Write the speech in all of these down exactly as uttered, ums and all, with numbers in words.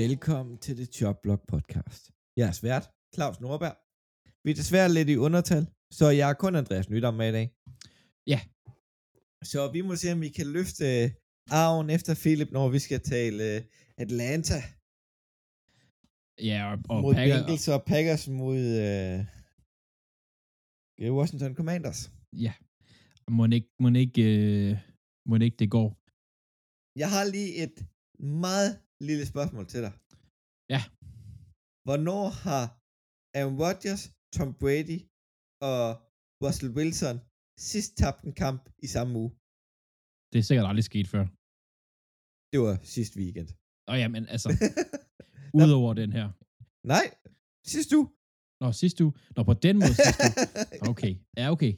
Velkommen til det Jobblock podcast. Jeg er svært, Claus Nordberg. Vi er desværre lidt i undertal, så jeg er kun Andreas Nydam med i dag. Ja. Så vi må se, om vi kan løfte arven efter Philip, når vi skal tale Atlanta. Ja, og, og mod Packers. Bengals og Packers mod uh, Washington Commanders. Ja. Må ikke, må ikke, øh, må ikke det går. Jeg har lige et meget lille spørgsmål til dig. Ja. Hvornår har Aaron Rodgers, Tom Brady og Russell Wilson sidst tabt en kamp i samme uge? Det er sikkert aldrig sket før. Det var sidste weekend. Åh oh, ja, men altså, udover den her. Nej, sidste uge. Nå, sidste uge. Nå, på den måde sidste uge. Okay, ja okay.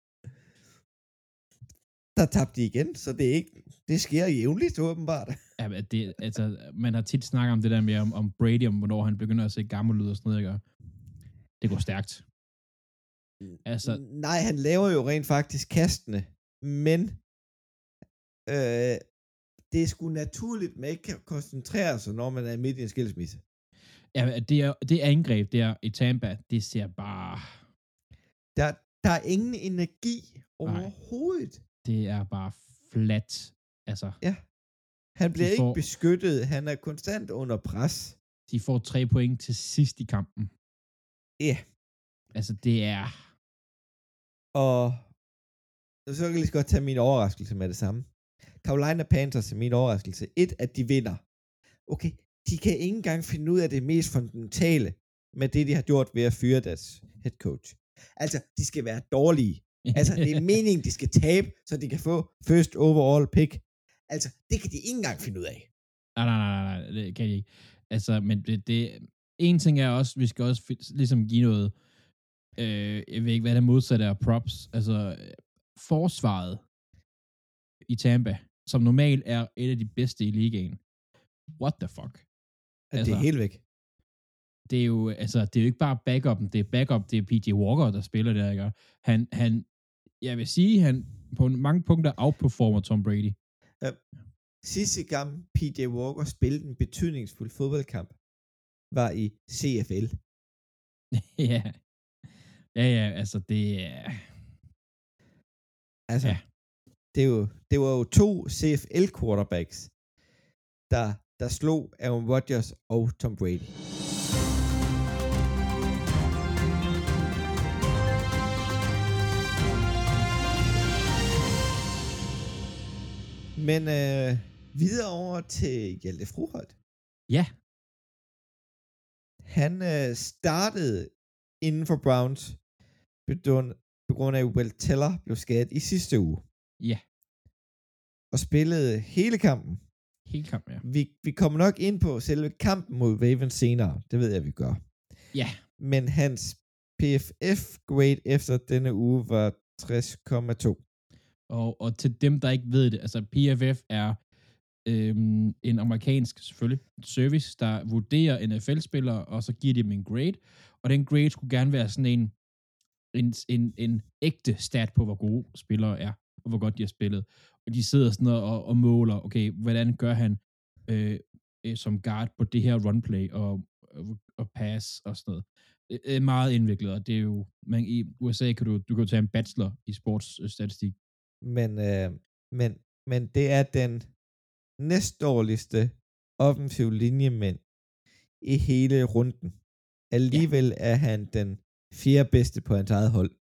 Der tabte de igen, så det er ikke, det sker jævnligt åbenbart. Ja, men det, altså, man har tit snakket om det der med, om, om Brady, om hvornår han begynder at se gammel ud og sådan noget, ikke? Det går stærkt. Altså, nej, han laver jo rent faktisk kastene, men øh, det er sgu naturligt, man ikke kan koncentrere sig, når man er midt i en skilsmisse. Ja, det, er, det angreb der i Tampa, det ser bare... Der, der er ingen energi overhovedet. Nej, det er bare flat, altså. Ja, han bliver får, ikke beskyttet, han er konstant under pres. De får tre point til sidst i kampen. Ja. Yeah. Altså, det er... Og så kan jeg lige så godt tage min overraskelse med det samme. Carolina Panthers er min overraskelse. Et, at de vinder. Okay, de kan ikke engang finde ud af det mest fundamentale med det, de har gjort ved at fyre deres head coach. Altså, de skal være dårlige. Altså, det er meningen, de skal tabe, så de kan få first overall pick. Altså, det kan de ikke engang finde ud af. Nej, nej, nej, nej, det kan de ikke. Altså, men det, det en ting er også, vi skal også ligesom give noget, øh, jeg ved ikke, hvad der modsatte er props, altså, forsvaret i Tampa, som normalt er et af de bedste i ligaen. What the fuck? Altså, det er helt væk. Det er jo, altså, det er jo ikke bare backupen, det er backup, det er P J Walker, der spiller der, ikke? Han, han, jeg vil sige, han på mange punkter outperformer Tom Brady. Ja. Sidste gang P J Walker spillede en betydningsfuld fodboldkamp, var i C F L. ja. Ja, ja, altså, det er... Altså, ja. det, er jo, det var jo to C F L quarterbacks, der, der slog Aaron Rodgers og Tom Brady. Men øh, videre over til Hjalte Froholt. Ja. Han øh, startede inden for Browns, på grund af, at Will Teller blev skadet i sidste uge. Ja. Og spillede hele kampen. Hele kampen, ja. Vi, vi kommer nok ind på selve kampen mod Ravens senere. Det ved jeg, vi gør. Ja. Men hans P F F-grade efter denne uge var tres komma to. Og, og til dem, der ikke ved det, altså P F F er øhm, en amerikansk, selvfølgelig, service, der vurderer N F L-spillere, og så giver de dem en grade, og den grade skulle gerne være sådan en, en, en, en ægte stat på, hvor gode spillere er, og hvor godt de har spillet. Og de sidder sådan og, og måler, okay, hvordan gør han øh, som guard på det her runplay, og, og, og pass, og sådan noget. Det er meget indviklet, og det er jo, man, i U S A kan du, du kan tage en bachelor i sportsstatistik. Men, øh, men, men det er den næstdårligste offensiv linjemænd i hele runden. Alligevel ja. Er han den fjerde bedste på hans eget hold.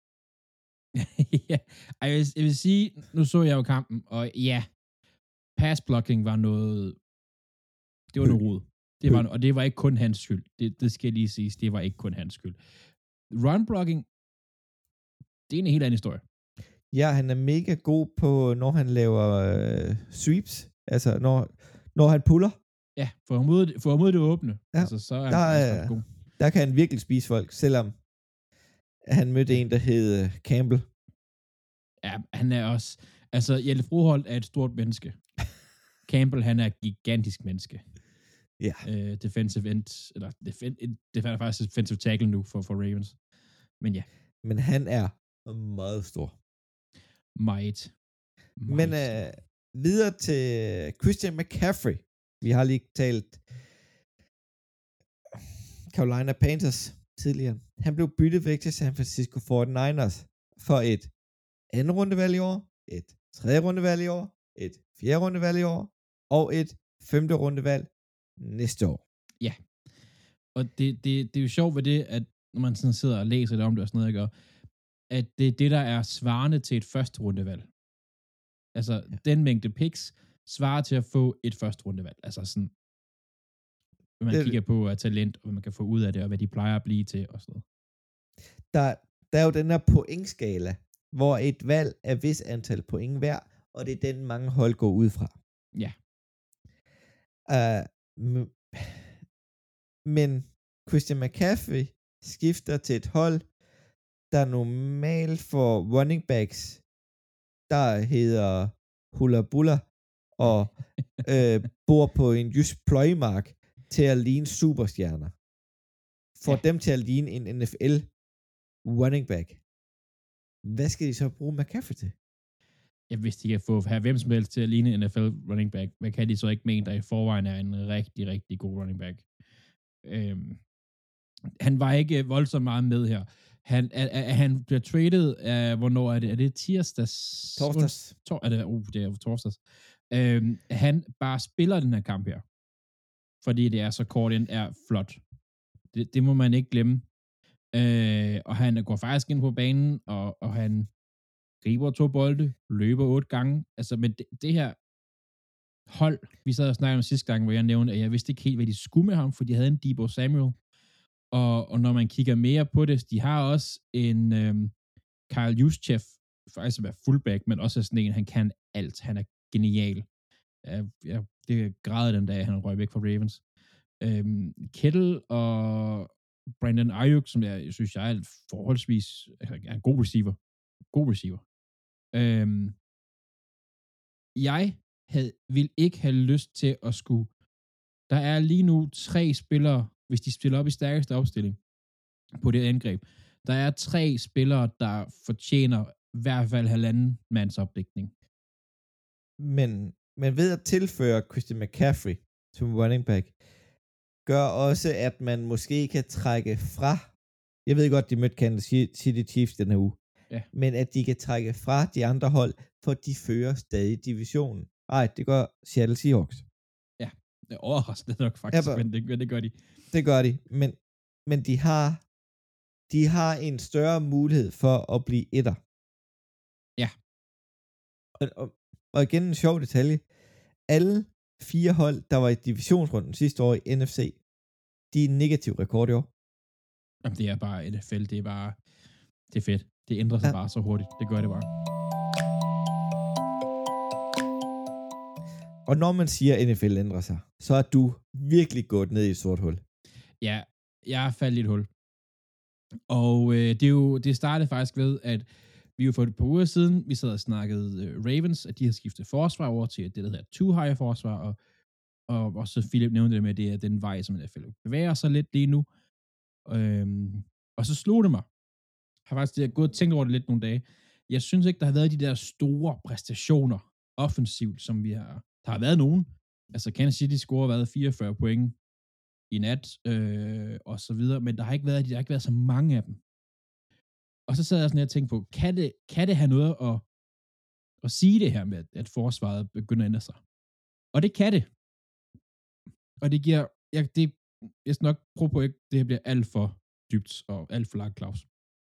ja, jeg vil, jeg vil sige, nu så jeg jo kampen, og ja, pass blocking var noget, det var noget rod. Det var, og det var ikke kun hans skyld. Det, det skal lige siges, det var ikke kun hans skyld. Run blocking, det er en helt anden historie. Ja, han er mega god på, når han laver øh, sweeps. Altså, når, når han puller. Ja, for ham ud, for ham ud det åbne. Ja, altså, så er der, han god. Der kan han virkelig spise folk, selvom han mødte en, der hed Campbell. Ja, han er også... Altså, Hjalte Froholt er et stort menneske. Campbell, han er et gigantisk menneske. Ja. Uh, defensive end, eller defen, det er faktisk defensive tackle nu for, for Ravens. Men ja. Men han er meget stor. Meget. meget Men uh, videre til Christian McCaffrey. Vi har lige talt Carolina Panthers tidligere. Han blev byttet væk til San Francisco forty-niners for et anden rundevalg i år, et tredje rundevalg i år, et fjerde rundevalg i år, og et femte rundevalg næste år. Ja. Og det, det, det er jo sjovt ved det, at når man sådan sidder og læser det om det og sådan noget, ikke? At det er det, der er svarende til et første rundevalg. Altså, ja. Den mængde picks svarer til at få et første rundevalg. Altså sådan, hvad man det, kigger på af talent, og hvad man kan få ud af det, og hvad de plejer at blive til, og sådan noget. Der, der er jo den her pointskala, hvor et valg er vis antal point hver, og det er den, mange hold går ud fra. Ja. Uh, m- men Christian McCaffrey skifter til et hold, der normalt for running backs, der hedder Hula Bulla, og øh, bor på en jysk pløjemark, til at ligne superstjerner. For ja. dem til at ligne en N F L running back. Hvad skal de så bruge McCaffrey til? Ja, hvis de kan få have hvem som helst til at ligne en N F L running back, hvad kan de så ikke mene, der i forvejen er en rigtig, rigtig god running back? Øhm, han var ikke voldsomt meget med her. Han, er, er, han bliver traded af, hvornår er det? Er det tirsdags? Torsdags. Tor, er det, uh, det er torsdags. Øhm, han bare spiller den her kamp her. Fordi det er så kort ind, er flot. Det, det må man ikke glemme. Øh, og han går faktisk ind på banen, og, og han griber to bolde, løber otte gange. Altså, men det, det her hold, vi sad og snakkede om sidste gang, hvor jeg nævnte, at jeg vidste ikke helt, hvad de skulle med ham, for de havde en Deebo Samuel. Og, og når man kigger mere på det, de har også en øhm, Kyle Juszczyk, faktisk at være fullback, men også sådan en, han kan alt. Han er genial. Jeg, jeg, det grædede den dag, han røg væk fra Ravens. Øhm, Kittle og Brandon Ayuk, som jeg, jeg synes, jeg er forholdsvis altså, er en god receiver. God receiver. Øhm, jeg havde, vil ikke have lyst til at skulle... Der er lige nu tre spillere, hvis de stiller op i stærkeste opstilling på det angreb. Der er tre spillere, der fortjener i hvert fald halvanden mands opdækning. Men, men ved at tilføre Christian McCaffrey som running back, gør også, at man måske kan trække fra, jeg ved godt, de mødte Kansas City Chiefs den her uge, ja. Men at de kan trække fra de andre hold, for de fører stadig divisionen. Ej, det gør Seattle Seahawks. Ja, det er overraskende nok faktisk, ja, men det, det gør de. Det gør de, men, men de har de har en større mulighed for at blive etter. Ja. Og, og, og igen en sjov detalje. Alle fire hold, der var i divisionsrunden sidste år i N F C, de er en negativ rekord i år. Jamen, det er bare N F L, det er bare, det er fedt. Det ændrer sig ja. bare så hurtigt. Det gør det bare. Og når man siger, at N F L ændrer sig, så er du virkelig gået ned i et sort hul. Ja, jeg er faldet i et hul. Og øh, det, er jo, det startede faktisk ved, at vi jo for et par uger siden, vi sad og snakkede øh, Ravens, at de har skiftet forsvar over til det, der hedder two-high forsvar, og, og, og så Philip nævnte det med, at det er den vej, som N F L bevæger sig lidt lige nu. Øhm, og så slog det mig. Jeg har faktisk gået og tænkt over det lidt nogle dage. Jeg synes ikke, der har været de der store præstationer offensivt, som vi har. Der har været nogen. Altså Kansas City scorer været fireogfyrre point i nat, øh, og så videre, men der har ikke været, der har ikke været så mange af dem. Og så sad jeg sådan her og tænkte på, kan det, kan det have noget at, at sige det her med, at forsvaret begynder at ændre sig? Og det kan det. Og det giver, jeg, det, jeg skal nok prøve på, at det bliver alt for dybt og alt for langt, Claus.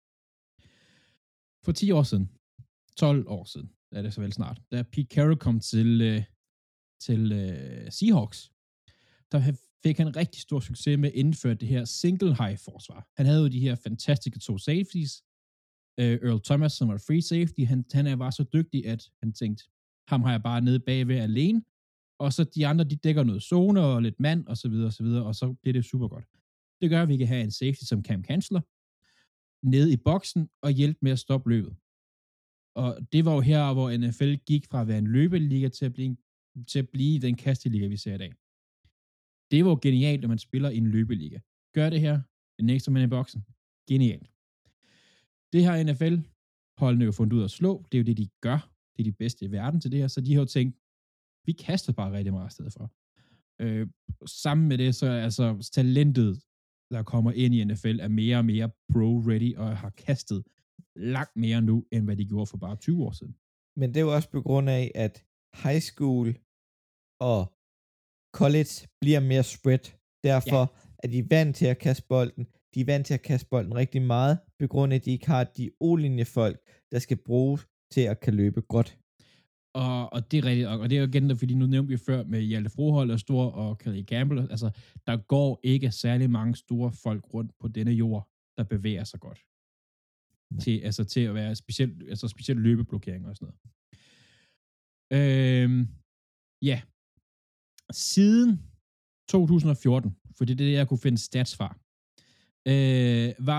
For ti år siden, tolv år siden, er det så vel snart, da Pete Carroll kom til, øh, til øh, Seahawks, der fik han rigtig stor succes med at indføre det her single high forsvar. Han havde jo de her fantastiske to safeties, øh, Earl Thomas, som var free safety, han, han var så dygtig, at han tænkte, ham har jeg bare nede bagved alene, og så de andre, de dækker noget zone og lidt mand, og så videre, og så videre, og så bliver det super godt. Det gør, at vi kan have en safety som Cam Chancellor, nede i boksen, og hjælpe med at stoppe løbet. Og det var jo her, hvor N F L gik fra at være en løbeliga til at blive, til at blive den kasteliga, vi ser i dag. Det var jo genialt, når man spiller i en løbeliga. Gør det her, den næste mand i boksen. Genialt. Det har N F L-holdene jo fundet ud af at slå. Det er jo det, de gør. Det er de bedste i verden til det her. Så de har jo tænkt, vi kaster bare rigtig meget i stedet for. Øh, sammen med det, så er altså talentet der kommer ind i N F L, er mere og mere pro-ready og har kastet langt mere nu, end hvad de gjorde for bare tyve år siden. Men det er jo også på grund af, at high school og college bliver mere spread. Derfor ja. er de vant til at kaste bolden. De er vant til at kaste bolden rigtig meget, på grund af, at de ikke har de O-linjefolk, der skal bruges til at kan løbe godt. Og, og det er rigtigt, og det er jo igen, fordi nu nævnte vi før med Hjalte Froholt og Stor og Kelly Campbell, altså der går ikke særlig mange store folk rundt på denne jord, der bevæger sig godt. Til, altså til at være specielt, altså specielt løbeblokering og sådan noget. Øhm, ja. Siden to tusind og fjorten, for det er det, jeg kunne finde stats fra, øh, var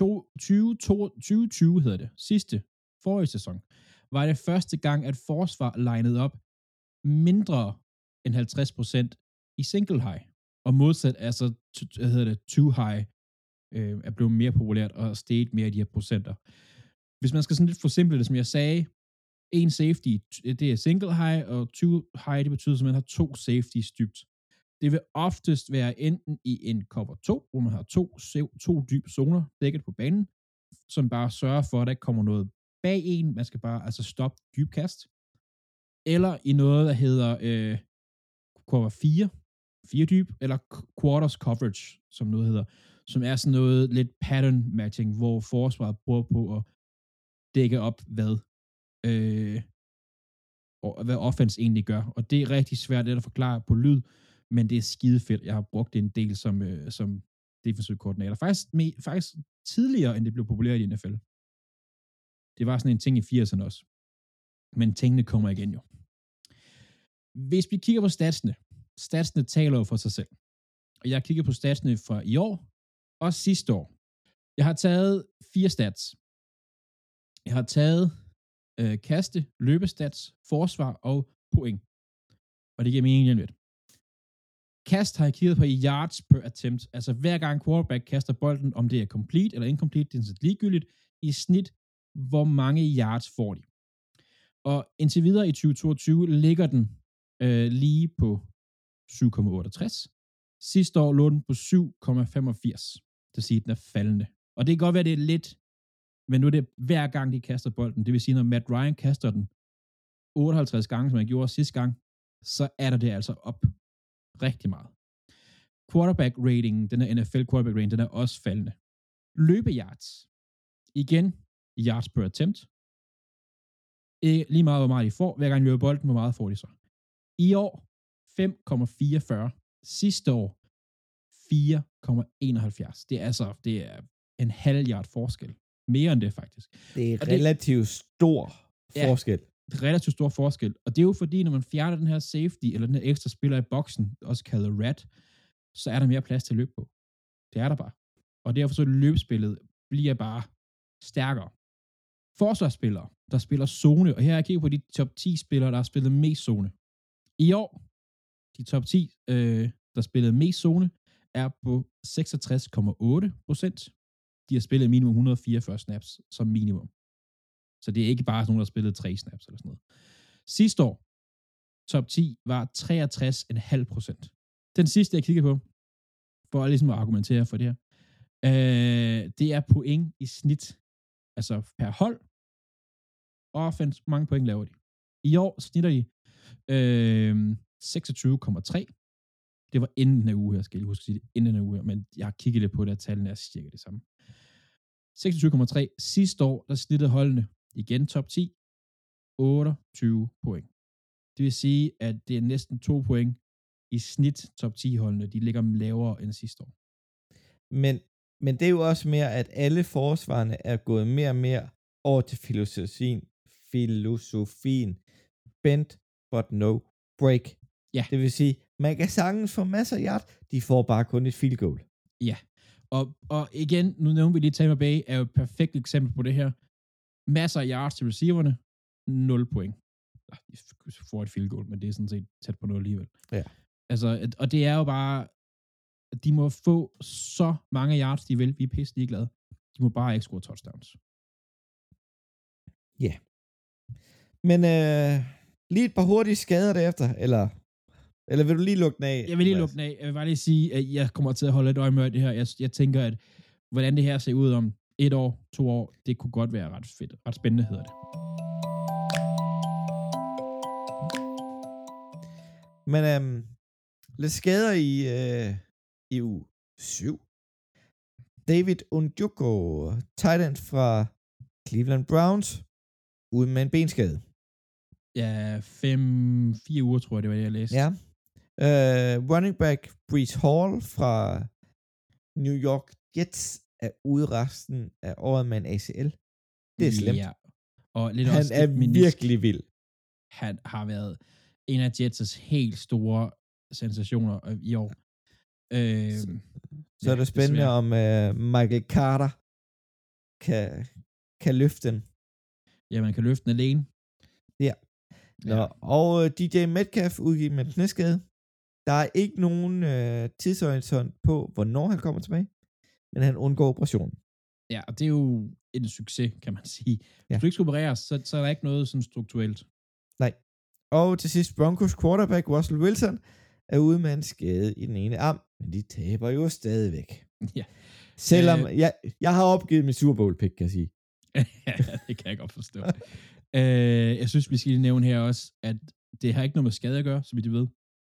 tyve tyve, hedder det, sidste, forrige sæson, var det første gang, at forsvar linede op mindre end halvtreds procent i single high, og modsat, altså, hvad hedder det, two high, øh, er blevet mere populært og steget mere i de her procenter. Hvis man skal sådan lidt forsimple det, som jeg sagde, en safety, det er single high, og two high, det betyder, at man har to safeties dybt. Det vil oftest være enten i en cover to, hvor man har to, to dybe zoner dækket på banen, som bare sørger for, at der ikke kommer noget bag en, man skal bare altså stoppe dybkast, eller i noget, der hedder øh, cover fire, fire dyb, eller quarters coverage, som noget hedder, som er sådan noget lidt pattern matching, hvor forsvaret prøver på at dække op, hvad øh, og hvad offense egentlig gør, og det er rigtig svært at forklare på lyd, men det er skide fedt. Jeg har brugt det en del som, øh, som defensiv koordinator. Faktisk, med, faktisk tidligere, end det blev populært i N F L. Det var sådan en ting i firserne også. Men tingene kommer igen jo. Hvis vi kigger på statsene, statsene taler jo for sig selv. Og jeg kigger på statsene fra i år og sidste år. Jeg har taget fire stats. Jeg har taget øh, kaste, løbestats, forsvar og point. Og det giver mening lidt. Kast har jeg kigget på i yards per attempt. Altså hver gang quarterback kaster bolden, om det er complete eller incomplete, det er sådan ligegyldigt. I snit, hvor mange yards får de. Og indtil videre i tyve toogtyve ligger den øh, lige på syv komma otteogtres. Sidste år lå den på syv komma femogfirs. Det vil sige, at den er faldende. Og det kan godt være, at det er lidt, men nu er det hver gang, de kaster bolden. Det vil sige, når Matt Ryan kaster den otteoghalvtreds gange, som han gjorde sidste gang, så er der det altså op rigtig meget. Quarterback rating, den er N F L quarterback rating, den er også faldende. Løbeyards. Igen, yards per attempt. Ikke lige meget, hvor meget de får. Hver gang de løber bolden, hvor meget får de så? I år, fem komma fireogfyrre. Sidste år, fire komma enoghalvfjerds. Det er altså, det er en halv yard forskel. Mere end det, faktisk. Det er relativt det, stor forskel. Ja, relativt stor forskel. Og det er jo fordi, når man fjerner den her safety, eller den her ekstra spiller i boksen, også kaldet rat, så er der mere plads til at løbe på. Det er der bare. Og derfor så løbespillet bliver bare stærkere. Forsvarsspillere, der spiller zone, og her er jeg kigget på de top ti spillere, der har spillet mest zone. I år, de top ti, øh, der spillede mest zone, er på seksogtres komma otte procent. De har spillet minimum et hundrede og fireogfyrre snaps som minimum. Så det er ikke bare nogen, der har spillet tre snaps eller sådan noget. Sidste år, top ti var treogtres komma fem procent. Den sidste, jeg kigger på, for ligesom at argumentere for det her, øh, det er point i snit. Altså per hold. Offense, hvor mange point laver de? I år snitter de øh, seksogtyve komma tre. Det var inden den her uge her, skal jeg huske at sige det, inden den her uge her, men jeg har kigget lidt på det, at tallene er cirka det samme. seksogtyve komma tre. Sidste år, der snittede holdene, igen top ti, otteogtyve point. Det vil sige, at det er næsten to point i snit top ti holdene. De ligger lavere end sidste år. Men, men det er jo også mere, at alle forsvarerne er gået mere og mere over til filosofien, filosofien bend but no break. Ja. Det vil sige, man kan sagtens få masser af yard, de får bare kun et field goal. Ja, og, og igen, nu nævner vi lige Tampa Bay, er jo et perfekt eksempel på det her. Masser af yards til receiverne, nul point. De får et field goal, men det er sådan set tæt på noget alligevel. Ja. Altså, og det er jo bare, de må få så mange yards, de vil. Vi er pisse ligeglade. De må bare ikke score touchdowns. Ja. Yeah. Men øh, lige et par hurtige skader derefter, eller Eller vil du lige lukke den af? Jeg vil lige Andreas? lukke den af. Jeg vil bare lige sige, at jeg kommer til at holde et øje med det her. Jeg, jeg tænker, at hvordan det her ser ud om et år, to år, det kunne godt være ret fedt. Ret spændende hedder det. Men øhm, lidt skader i, øh, i uge syv. David Njoku, tight end fra Cleveland Browns, ude med en benskade. Ja, fem, fire uger, tror jeg, det var det, jeg læste. Ja. Uh, running back Breece Hall fra New York Jets er ude resten af året med en A C L. Det er slemt. Ja. Og lidt Han også er menisk. virkelig vild. Han har været en af Jets' helt store sensationer i år. Øh, så, så ja, er det spændende, desværre. om uh, Michael Carter kan, kan løfte den. Ja, man kan løfte den alene. Ja. Nå, ja. Og uh, D J Metcalf udgivet med en knæskade. Der er ikke nogen uh, tidshorisont på, hvornår han kommer tilbage, men han undgår operationen. Ja, og det er jo en succes, kan man sige. Hvis ja. du ikke skal opereres, så, så er der ikke noget sådan strukturelt. Nej. Og til sidst, Broncos quarterback Russell Wilson er ude med en skade i den ene arm, men de taber jo stadigvæk. Ja. Selvom øh, jeg, jeg har opgivet mit Super Bowl pick, kan jeg sige. Ja, det kan jeg godt forstå. øh, jeg synes, vi skal lige nævne her også, at det har ikke noget med skade at gøre, så vidt I ved.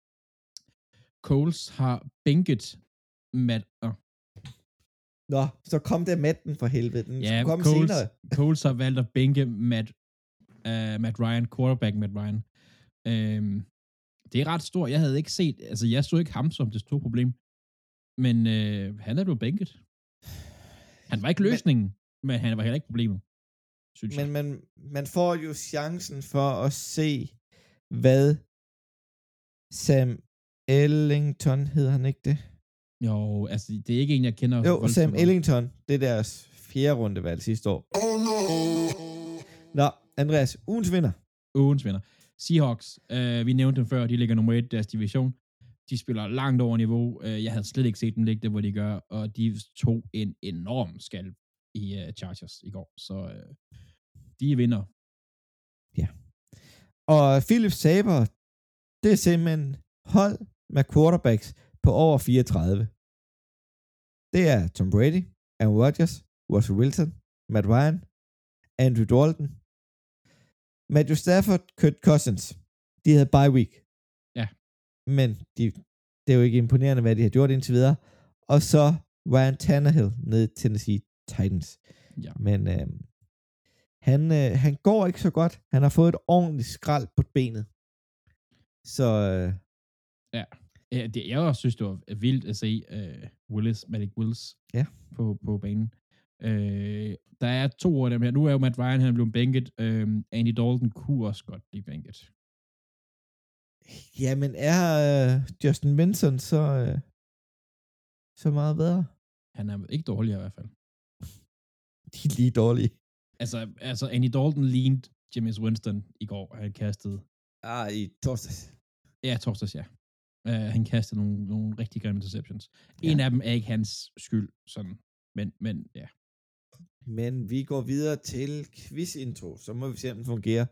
Coles har bænket Matt... Oh. Nå, så kom der Matten for helvede. Den ja, komme Coles, senere. Coles har valgt at bænke Matt, uh, Matt Ryan, quarterback Matt Ryan. Um, det er ret stort. Jeg havde ikke set... Altså, jeg så ikke ham som det store problem. Men uh, han er blevet bænket. Han var ikke løsningen, men, men han var heller ikke problemet. Synes men jeg. man, man får jo chancen for at se, hvad Sam Ellington, hedder han ikke det? Jo, altså, det er ikke en, jeg kender. Jo, Sam Ellington. Det er deres fjerde rundevalg sidste år. Oh no! Nå, Andreas, ugens vinder. Ugens vinder. Seahawks, øh, vi nævnte dem før, de ligger nummer et i deres division. De spiller langt over niveau. Jeg havde slet ikke set dem ligge der, hvor de gør, og de tog en enorm skalp i uh, Chargers i går. Så uh, de vinder. Ja. Og Philips taber, det er simpelthen hold med quarterbacks på over fireogtredive. Det er Tom Brady, Aaron Rodgers, Russell Wilson, Matt Ryan, Andrew Dalton, Matthew Stafford, Kurt Cousins. De havde bye week. Ja. Men de, det er jo ikke imponerende, hvad de har gjort indtil videre. Og så Ryan Tannehill ned i Tennessee Titans. Ja. Men øh, han, øh, han går ikke så godt. Han har fået et ordentligt skrald på benet. Så... Øh, ja. Ja, det, jeg også synes, det var vildt at se uh, Willis, Malik Willis ja. på, på banen. Uh, der er to af dem her. Nu er jo Matt Ryan, han er blevet bænket. Uh, Andy Dalton kunne også godt blive bænket. Jamen, er uh, Justin Benson så, uh, så meget bedre? Han er ikke dårligere i hvert fald. De er lige dårlige. Altså, altså Andy Dalton lignede Jameis Winston i går. Han kastede... Ah, i torsdags. Ja, torsdags, ja. Uh, han kastede nogle, nogle rigtig grimme interceptions. Ja. En af dem er ikke hans skyld, sådan. Men, men ja. Men vi går videre til quiz-intro, så må vi se, om den fungerer.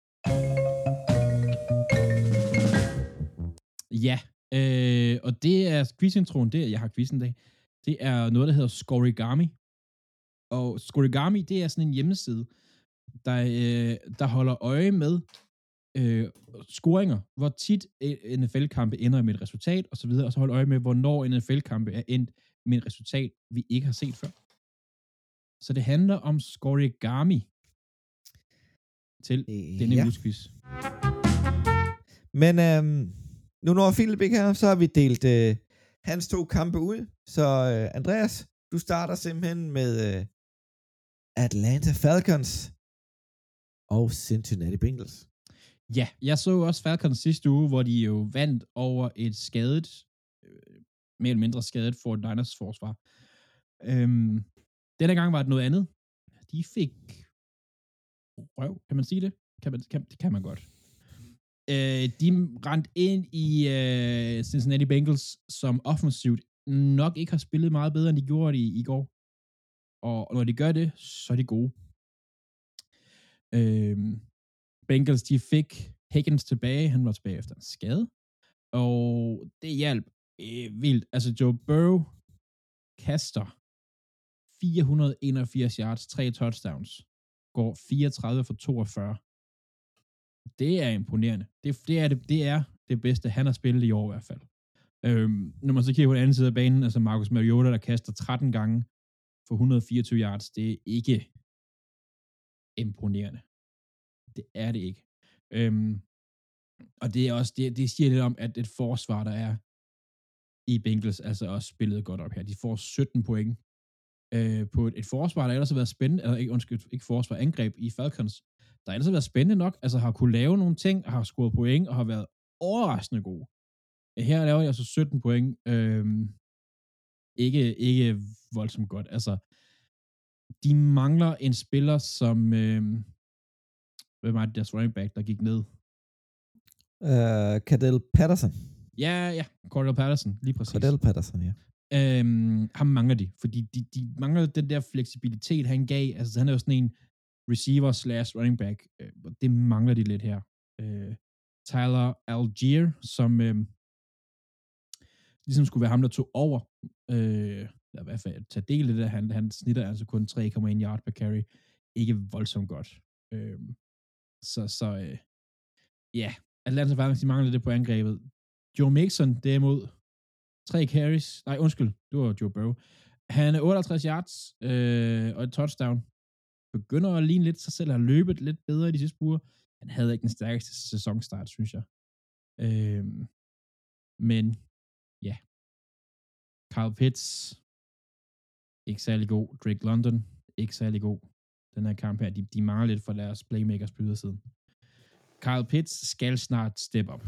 Ja, øh, og det er quiz-introen, det er, jeg har quizzen i dag, det er noget, der hedder Scorigami. Og Scorigami, det er sådan en hjemmeside, der, øh, der holder øje med øh, scoringer, hvor tit N F L-kampe ender med et resultat, og så videre, og så holder øje med, hvornår N F L-kampe er endt med et resultat, vi ikke har set før. Så det handler om Scorigami til øh, denne ja. uges quiz. Men øhm, nu når Philip ikke her, så har vi delt øh, hans to kampe ud. Så øh, Andreas, du starter simpelthen med øh, Atlanta Falcons og Cincinnati Bengals. Ja, jeg så også Falcons sidste uge, hvor de jo vandt over et skadet, øh, mere eller mindre skadet Fort Niners forsvar. Øhm, denne gang var det noget andet. De fik røv, kan man sige det? Kan man, kan, det kan man godt. Øh, de rendte ind i øh, Cincinnati Bengals, som offensivt nok ikke har spillet meget bedre, end de gjorde det i, i går. Og, og når de gør det, så er de gode. Øh, Bengals, de fik Higgins tilbage. Han var tilbage efter en skade. Og det hjalp øh, vildt. Altså, Joe Burrow kaster fire hundrede og enogfirs yards, tre touchdowns, går fireogtredive for toogfyrre. Det er imponerende. Det, det, er det, det er det bedste, han har spillet i år i hvert fald. Øhm, når man så kigger på den anden side af banen, altså Marcus Mariota, der kaster tretten gange for et hundrede og fireogtyve yards, det er ikke imponerende. Det er det ikke. Øhm, og det er også, det, det siger lidt om, at et forsvar, der er i Bengals, altså også spillet godt op her. De får sytten point øh, på et, et forsvar, der ellers har været spændende, eller ikke, undskyld, ikke forsvar, angreb i Falcons, der ellers har været spændende nok, altså har kunne lave nogle ting, har scoret point, og har været overraskende gode. Her laver jeg altså sytten point. Øhm, ikke, ikke voldsomt godt. Altså, de mangler en spiller som, øhm, hvem var det, deres running back, der gik ned? Uh, Cordell Patterson. Ja, ja, Cordell Patterson, lige præcis. Cordell Patterson, ja. Øhm, ham mangler de, fordi de, de mangler den der fleksibilitet, han gav. Altså, han er jo sådan en receiver slash running back. Øh, det mangler de lidt her. Øh, Tyler Algier, som øh, ligesom skulle være ham, der tog over, øh, i hvert fald tage del i det, han, han snitter altså kun tre komma en yard per carry. Ikke voldsomt godt. Øh, så, så øh, ja, Atlanta Falcons, de mangler det på angrebet. Joe Mixon, derimod, tre carries, nej, undskyld, det var Joe Burrow. Han er otteoghalvtreds yards øh, og et touchdown. Begynder at ligne lidt sig selv, har løbet lidt bedre i de sidste uger. Han havde ikke den stærkeste sæsonstart, synes jeg. Øh, men, ja. Kyle Pitts, ikke særlig god. Drake London, ikke særlig god. Den her kamp her, de, de mangler lidt for deres playmakers på ydersiden. Kyle Pitts skal snart step up.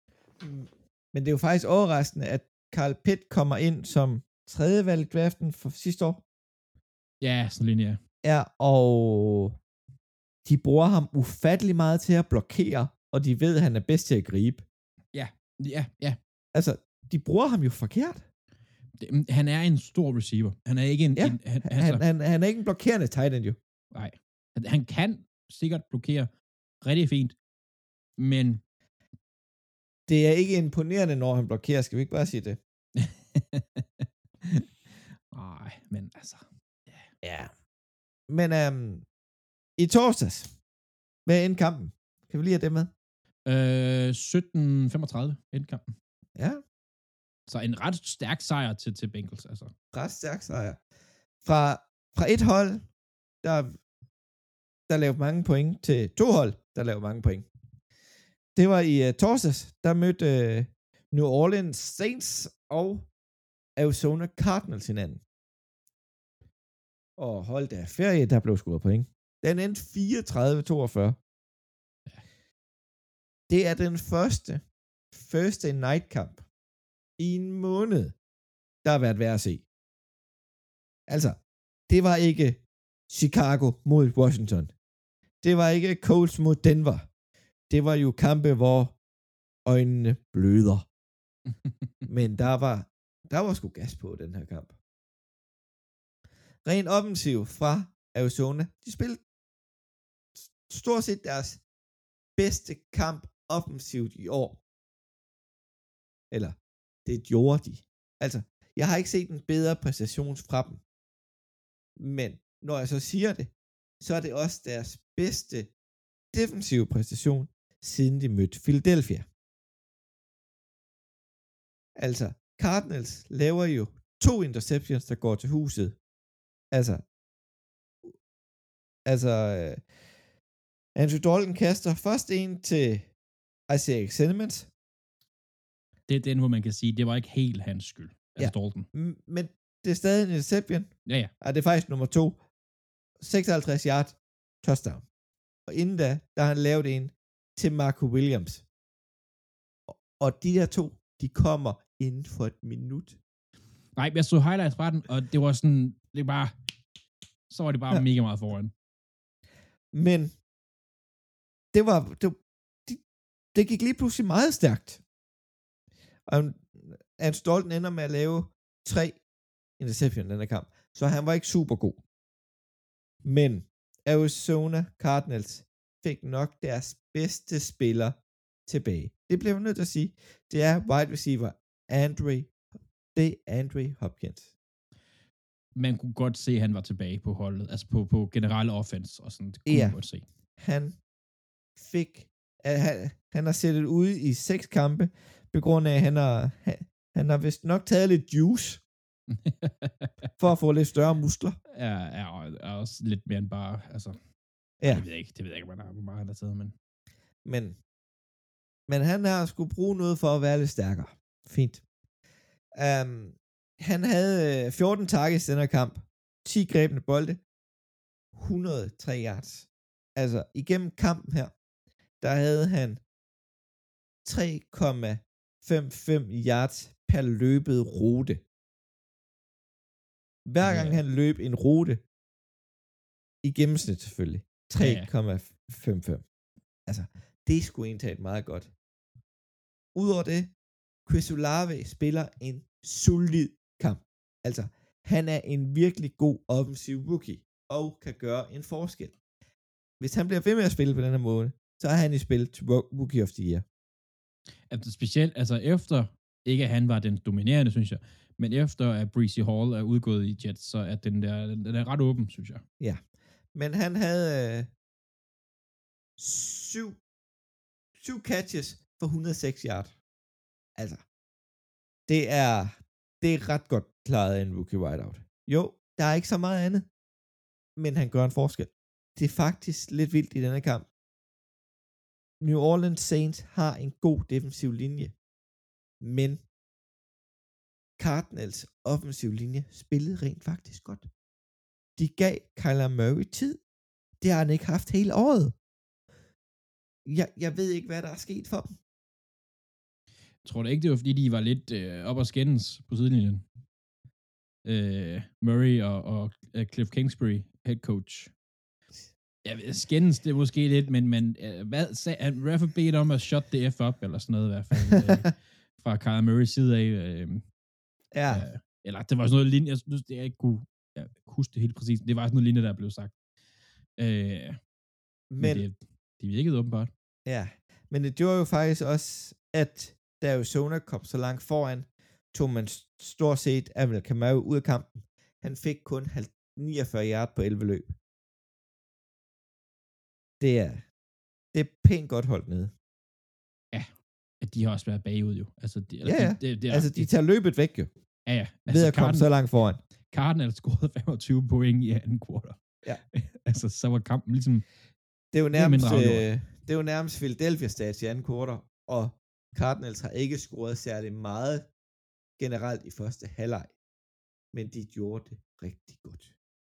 Men det er jo faktisk overraskende, at Kyle Pitt kommer ind som tredje valg i draften for sidste år. Ja, sådan lige ja. Ja, og de bruger ham ufattelig meget til at blokere, og de ved, at han er bedst til at gribe. Ja, ja, ja. Altså, de bruger ham jo forkert. Det, han er en stor receiver. Han er ikke en... Ja, en han, han, altså, han, han er ikke en blokerende tight end jo. Nej. Han, han kan sikkert blokere rigtig fint, men... Det er ikke imponerende, når han blokerer. Skal vi ikke bare sige det? Nej, men altså... Ja. ja. Men øhm, i torsdags, hvad er kampen? Kan vi lige have det med? Øh, sytten femogtredive endte kampen. Ja. Så en ret stærk sejr til, til Bengals, altså. Ret stærk sejr. Fra, fra et hold, der, der lavede mange point, til to hold, der lavede mange point. Det var i uh, torsdags, der mødte uh, New Orleans Saints og Arizona Cardinals hinanden. Og hold da ferie, der blev scoret point. Den endte fireogtredive toogfyrre. Ja. Det er den første Thursday night kamp i en måned, der har været værd at se. Altså, det var ikke Chicago mod Washington. Det var ikke Colts mod Denver. Det var jo kampe, hvor øjnene bløder. Men der var, der var sgu gas på den her kamp. Ren offensiv fra Arizona. De spillede stort set deres bedste kamp offensivt i år. Eller, det gjorde de. Altså, jeg har ikke set en bedre præstation fra dem. Men, når jeg så siger det, så er det også deres bedste defensive præstation, siden de mødte Philadelphia. Altså, Cardinals laver jo to interceptions, der går til huset. Altså, altså, uh, Andrew Dalton kaster først en til Isaiah Simmons. Det er den, hvor man kan sige, det var ikke helt hans skyld. Altså ja. Dalton. M- men det er stadig en interception. Ja, ja. Og det er faktisk nummer to. seksoghalvtreds yard touchdown. Og inden da, der har han lavet en til Marco Williams. Og, og de der to, de kommer inden for et minut. Nej, jeg så highlights fra den, og det var sådan, det var, så var det bare ja. mega meget foran. Men, det var, det, det, det gik lige pludselig meget stærkt. Og Andrew Dalton ender med at lave tre interception i den her kamp. Så han var ikke super god. Men Arizona Cardinals fik nok deres bedste spiller tilbage. Det bliver man nødt til at sige. Det er wide receiver Andre, det er Andre Hopkins. Man kunne godt se, at han var tilbage på holdet, altså på, på generelle offense, og sådan, det kunne Ja. man godt se. Han fik, uh, han, han har sættet ude i seks kampe, på grund af, at han har, han, han har vist nok taget lidt juice, for at få lidt større muskler. Ja, er, er også lidt mere end bare, altså, Ja. det ved jeg ikke, det ved jeg ikke, hvor meget han har taget, men... Men, men han har skulle bruge noget for at være lidt stærkere. Fint. Um, han havde fjorten targets i den her kamp, ti grebne bolde, hundrede og tre yards. Altså, igennem kampen her, der havde han tre komma femoghalvfems yards per løbet rute. Hver gang Ja. han løb en rute, i gennemsnit selvfølgelig, tre komma femoghalvfems. Altså, det er sgu indtaget meget godt. Udover det, Chris Olave spiller en solid kamp. Altså, han er en virkelig god offensiv rookie, og kan gøre en forskel. Hvis han bliver ved med at spille på den her måde, så er han i spil til Rookie of the Year. Altså specielt, altså efter, ikke at han var den dominerende, synes jeg, men efter at Breece Hall er udgået i Jets, så er den der, den er ret åben, synes jeg. Ja, men han havde øh, syv, syv catches for hundrede og seks yard. Altså, det er, det er ret godt klaret af en rookie wideout. Jo, der er ikke så meget andet, men han gør en forskel. Det er faktisk lidt vildt i denne kamp. New Orleans Saints har en god defensiv linje, men Cardinals offensiv linje spillede rent faktisk godt. De gav Kyler Murray tid. Det har han ikke haft hele året. Jeg, jeg ved ikke, hvad der er sket for dem. Jeg tror da ikke, det var, fordi de var lidt øh, op og skændes på sidelinjen. Øh, Murray og, og uh, Cliff Kingsbury, head coach. Jeg ved, skændes det er måske lidt, men, men øh, hvad sagde han? Ref bedt om at shut det F up, eller sådan noget i hvert fald, øh, fra Kyler Murrays side af. Øh, Ja. øh, eller det var sådan noget linje, jeg synes, det jeg ikke kunne jeg huske det helt præcist. Det var sådan noget linje, der blev sagt. Øh, men men det, det virkede åbenbart. Ja, men det gjorde jo faktisk også, at da Arizona kom så langt foran, tog man stort set Alvin Kamara ud af kampen. Han fik kun niogfyrre yard på elleve løb. Det er, det er pænt godt holdt nede. Ja, de har også været bagud jo. Altså, de, ja, ja. Det, det, det er, altså de tager løbet væk jo. Ja, ja. Altså, ved at komme så langt foran. Cardinals scorede femogtyve point i anden kvartal. Ja. Altså, så var kampen ligesom... Det er jo nærmest, øh, det er jo nærmest Philadelphia stats i anden kvartal, og Cardinals har ikke scoret særlig meget generelt i første halvleg, men de gjorde det rigtig godt.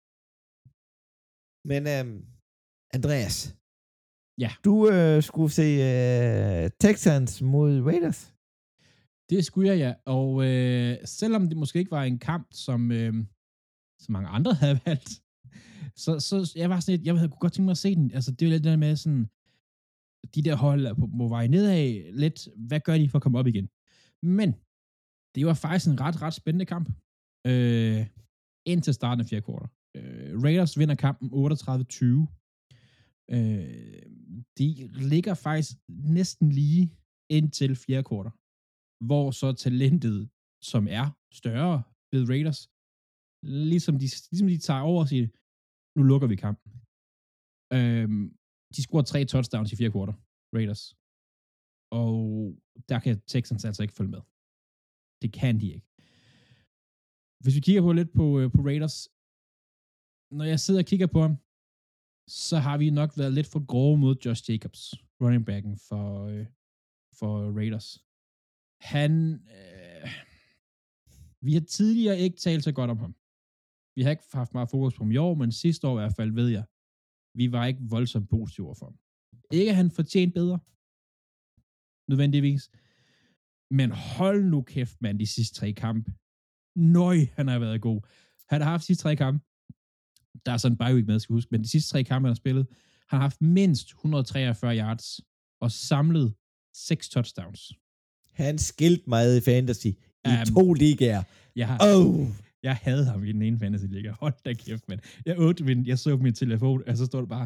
Men øhm, Andreas, ja. du øh, skulle se øh, Texans mod Raiders. Det skulle jeg, ja. Og øh, selvom det måske ikke var en kamp, som, øh, som mange andre havde valgt, så, så jeg var sådan lidt, jeg havde godt tænke mig at se den. Altså, det er jo lidt det med sådan, de der hold er på, på vej nedad lidt, hvad gør de for at komme op igen? Men det var faktisk en ret, ret spændende kamp. Øh, indtil starten af fjerde kvartal. Øh, Raiders vinder kampen otteogtredive tyve. Øh, de ligger faktisk næsten lige indtil fjerde kvartal, hvor så talentet, som er større ved Raiders, ligesom de, ligesom de tager over og siger, nu lukker vi kampen. Øh, de scorer tre touchdowns i fjerde kvartal, Raiders. Og der kan Texans altså ikke følge med. Det kan de ikke. Hvis vi kigger på lidt på, øh, på Raiders, når jeg sidder og kigger på ham, så har vi nok været lidt for grove mod Josh Jacobs, running backen for, øh, for Raiders. Han, øh, vi har tidligere ikke talt så godt om ham. Vi har ikke haft meget fokus på ham i år, men sidste år i hvert fald ved jeg, vi var ikke voldsomt positive for ham. Ikke at han fortjente bedre, nødvendigvis, men hold nu kæft, mand, de sidste tre kampe. Nøj, han har været god. Han har haft de sidste tre kampe. Der er sådan en bye week med, skal jeg huske, men de sidste tre kampe, han har spillet, han har haft mindst et hundrede og treogfyrre yards og samlet seks touchdowns. Han skilte meget i fantasy i um, to ligaer. Jeg, har, oh. jeg havde ham i den ene fantasy-liga. Hold da kæft, mand. Jeg åbnede min, jeg så på min telefon, og så står det bare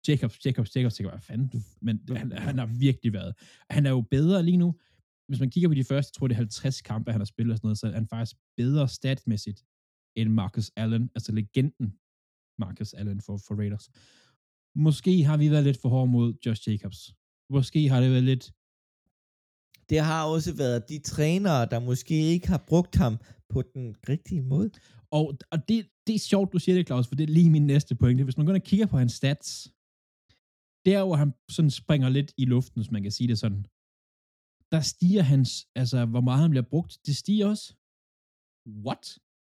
Jacobs, Jacobs, Jacobs, tænker, hvad fanden? Men han, han har virkelig været. Han er jo bedre lige nu. Hvis man kigger på de første, jeg tror det er halvtreds kampe, han har spillet og sådan noget, så er han faktisk bedre statsmæssigt end Marcus Allen, altså legenden Marcus Allen for, for Raiders. Måske har vi været lidt for hårde mod Josh Jacobs. Måske har det været lidt... Det har også været de trænere, der måske ikke har brugt ham på den rigtige måde. Og, og det, det er sjovt, du siger det, Claus, for det er lige min næste pointe. Hvis man går ind og kigger på hans stats, der hvor han sådan springer lidt i luften, hvis man kan sige det sådan, der stiger hans, altså hvor meget han bliver brugt, det stiger også. What?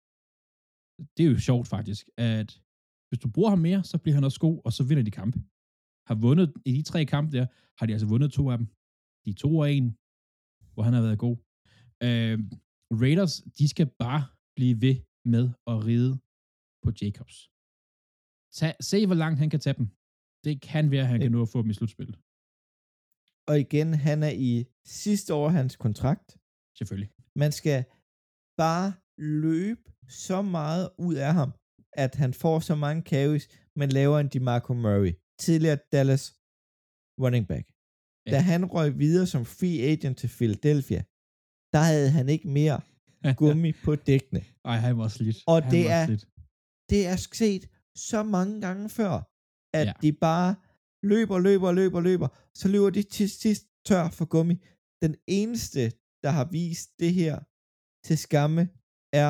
Det er jo sjovt faktisk, at hvis du bruger ham mere, så bliver han også god, og så vinder de kampe. Har vundet, i de tre kampe der, har de altså vundet to af dem. De to og en, hvor han har været god. Øh, Raiders, de skal bare blive ved med at ride på Jacobs. Tag, se, hvor langt han kan tage dem. Det kan være, at han kan nå at få dem i slutspillet. Og igen, han er i sidste år hans kontrakt. Selvfølgelig. Man skal bare løbe så meget ud af ham, at han får så mange carries, men laver en DeMarco Murray, tidligere Dallas running back. Ja. Da han røg videre som free agent til Philadelphia, der havde han ikke mere gummi på dækkene. Ej, han var slidt. Og han det var er, slidt. det er set så mange gange før, at ja. de bare løber, løber, løber, løber, så løber de til sidst tør for gummi. Den eneste, der har vist det her til skamme, er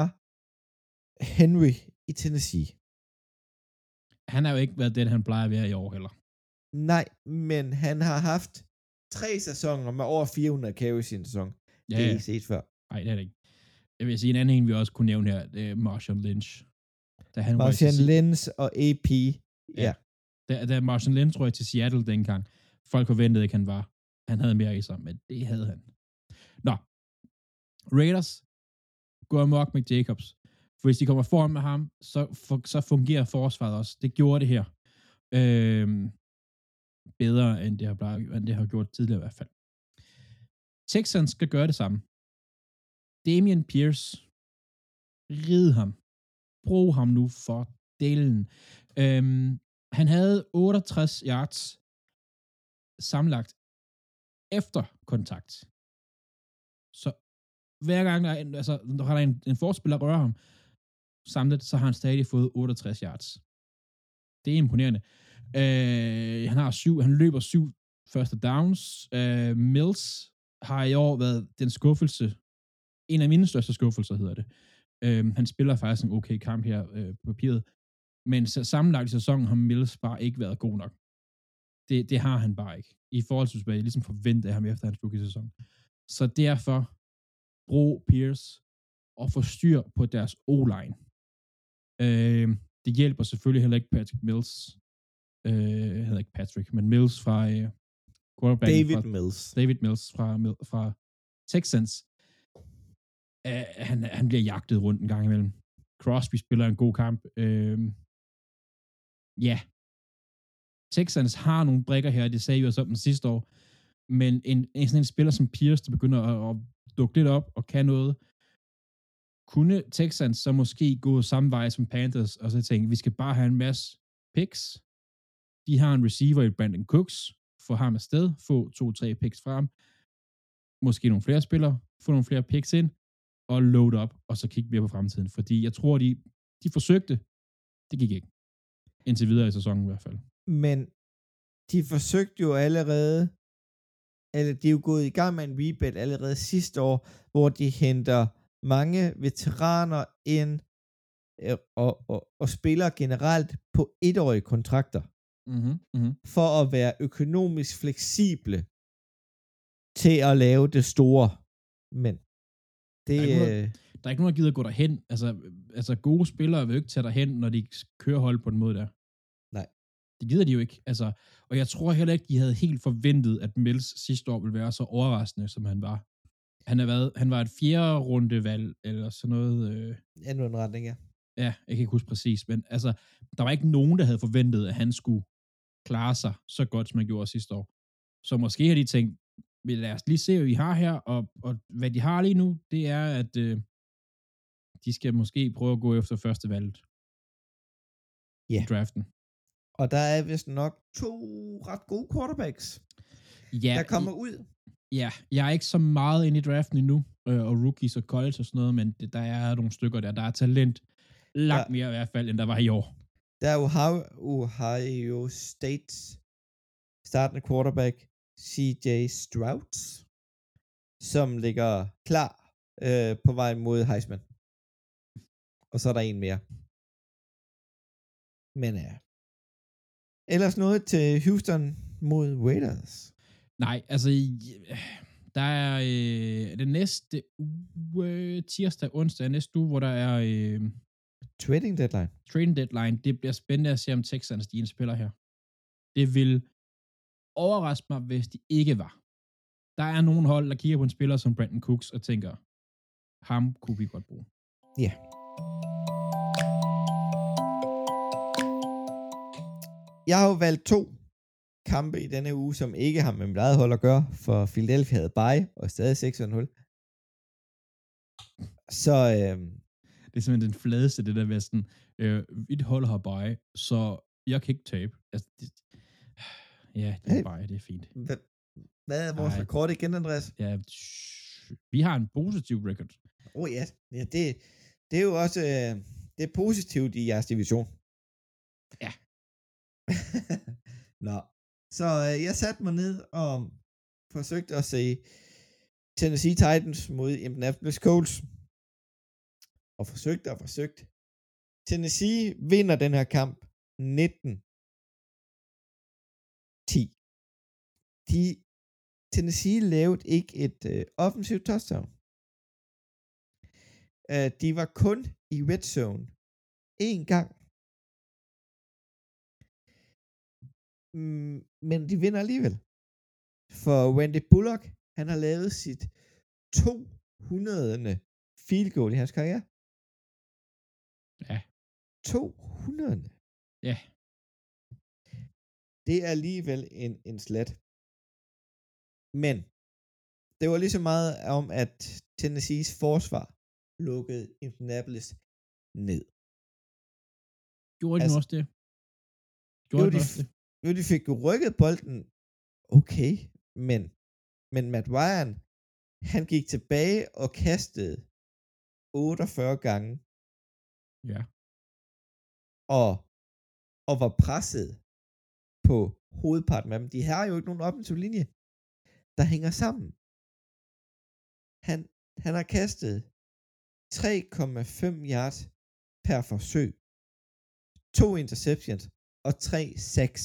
Henry i Tennessee. Han har jo ikke været den, han plejer at være i år heller. Nej, men han har haft tre sæsoner med over fire hundrede carries i en sæson. Ja, det er ikke set før. Nej, det er det ikke. Jeg vil sige, en anden en, vi også kunne nævne her, det er Marshawn Lynch. Da han Marshawn Lynch og A P. Ja. ja. Da, da Marshawn Lynch røg til Seattle dengang, folk forventede ikke, han var. Han havde mere i sig, men det havde han. Nå. Raiders går amok med Jacobs. For hvis de kommer foran med ham, så, for, så fungerer forsvaret også. Det gjorde det her. Øhm, bedre, end det, har, end det har gjort tidligere i hvert fald. Texans skal gøre det samme. Dameon Pierce, rid ham. Brug ham nu for delen. Øhm, han havde otteogtres yards sammenlagt efter kontakt. Så hver gang der er, en, altså, der er en, en forspiller rører ham, samlet, så har han stadig fået otteogtres yards. Det er imponerende. Øh, han har syv, han løber syv første downs. Øh, Mills har i år været den skuffelse, en af mine største skuffelser hedder det. Øh, han spiller faktisk en okay kamp her øh, på papiret, men sammenlagt i sæsonen har Mills bare ikke været god nok. Det, det har han bare ikke. I forhold til, hvad jeg ligesom forventede af ham efter hans rookie-sæson. Så derfor brug Pierce og få styr på deres O-line. Øh, det hjælper selvfølgelig heller ikke Patrick Mills. Øh, hedder ikke Patrick, men Mills fra øh, quarterback. David fra, Mills. David Mills fra, fra Texans. Øh, han, han bliver jagtet rundt en gang imellem. Crosby spiller en god kamp. Øh, ja. Texans har nogle brikker her, det sagde vi også om den sidste år, men en, en sådan en spiller som Pierce, der begynder at, at dukke lidt op og kan noget, kunne Texans så måske gå samme vej som Panthers, og så tænke, vi skal bare have en masse picks. De har en receiver i Brandon Cooks, få ham afsted, få to-tre picks fra ham, måske nogle flere spillere, få nogle flere picks ind, og load op, og så kigge mere på fremtiden. Fordi jeg tror, de, de forsøgte, det gik ikke. Indtil videre i sæsonen i hvert fald. Men de forsøgte jo allerede, eller de er jo gået i gang med en rebuild allerede sidste år, hvor de henter mange veteraner ind øh, og, og, og spiller generelt på etårige kontrakter. Mm-hmm, mm-hmm. For at være økonomisk fleksible til at lave det store. Men det... Der er ikke nogen, der, er ikke nogen, der gider at gå derhen. Altså, altså gode spillere vil jo ikke tage derhen, når de kører hold på den måde der. Nej. Det gider de jo ikke. Altså, og jeg tror heller ikke, de havde helt forventet, at Mills sidste år ville være så overraskende, som han var. Han, har været, han var et fjerde rundevalg, eller sådan noget. Øh... Ja, nu en retning, ja. Ja, jeg kan ikke huske præcis, men altså, der var ikke nogen, der havde forventet, at han skulle klare sig så godt, som han gjorde sidste år. Så måske har de tænkt, lad os lige se, hvad vi har her, og, og hvad de har lige nu, det er, at øh, de skal måske prøve at gå efter første valget. Ja. I draften. Og der er vist nok to ret gode quarterbacks, Ja, der kommer ud. ja, jeg er ikke så meget inde i draften endnu, øh, og rookies og college og sådan noget, men det, der er nogle stykker der. Der er talent langt Der, mere i hvert fald, end der var i år. der er Ohio, Ohio States startende quarterback, C J Stroud, som ligger klar øh, på vej mod Heisman. Og så er der en mere. Men ja. Ellers noget til Houston mod Raiders. Nej, altså, der er øh, det næste uge, tirsdag, onsdag, næste uge, hvor der er øh, Trading deadline. trading deadline. Det bliver spændende at se, om Texans de spiller her. Det vil overraske mig, hvis de ikke var. Der er nogen hold, der kigger på en spiller som Brandon Cooks og tænker, ham kunne vi godt bruge. Ja. Jeg har jo valgt to kampe i denne uge, som ikke har med mit eget hold at gøre, for Philadelphia havde bye, og stadig seks nul. Så øh, det er simpelthen den fladeste, det der med sådan, øh, mit hold har bye, så jeg kan ikke tabe. Altså, det, ja, det er hey, bye, det er fint. Hvad, hvad er vores Ej. rekord igen, Andreas? Ja, vi har en positiv record. Åh oh, ja, ja det, det er jo også øh, det er positivt i jeres division. Ja. Nå, så øh, jeg satte mig ned og forsøgte at se Tennessee Titans mod Indianapolis Colts. Og forsøgte og forsøgte. Tennessee vinder den her kamp nitten ti. De, Tennessee lavede ikke et øh, offensivt touchdown. Uh, de var kun i red zone én gang. Mm, men de vinder alligevel. For Randy Bullock, han har lavet sit to hundrede field goal i hans karriere. Ja. to hundrede. Ja. Det er alligevel en, en slat. Men det var lige så meget om, at Tennessees forsvar lukkede Indianapolis ned. Gjorde de altså, nu også det? Gjorde jo, de, også det? Jo, de fik jo rykket bolden. Okay, men, men Matt Ryan, han gik tilbage og kastede otteogfyrre gange. Ja. Og, og var presset på hovedparten af dem. De har jo ikke nogen offensiv linje, der hænger sammen. Han, han har kastet tre komma fem yards per forsøg. To interceptions og tre sacks.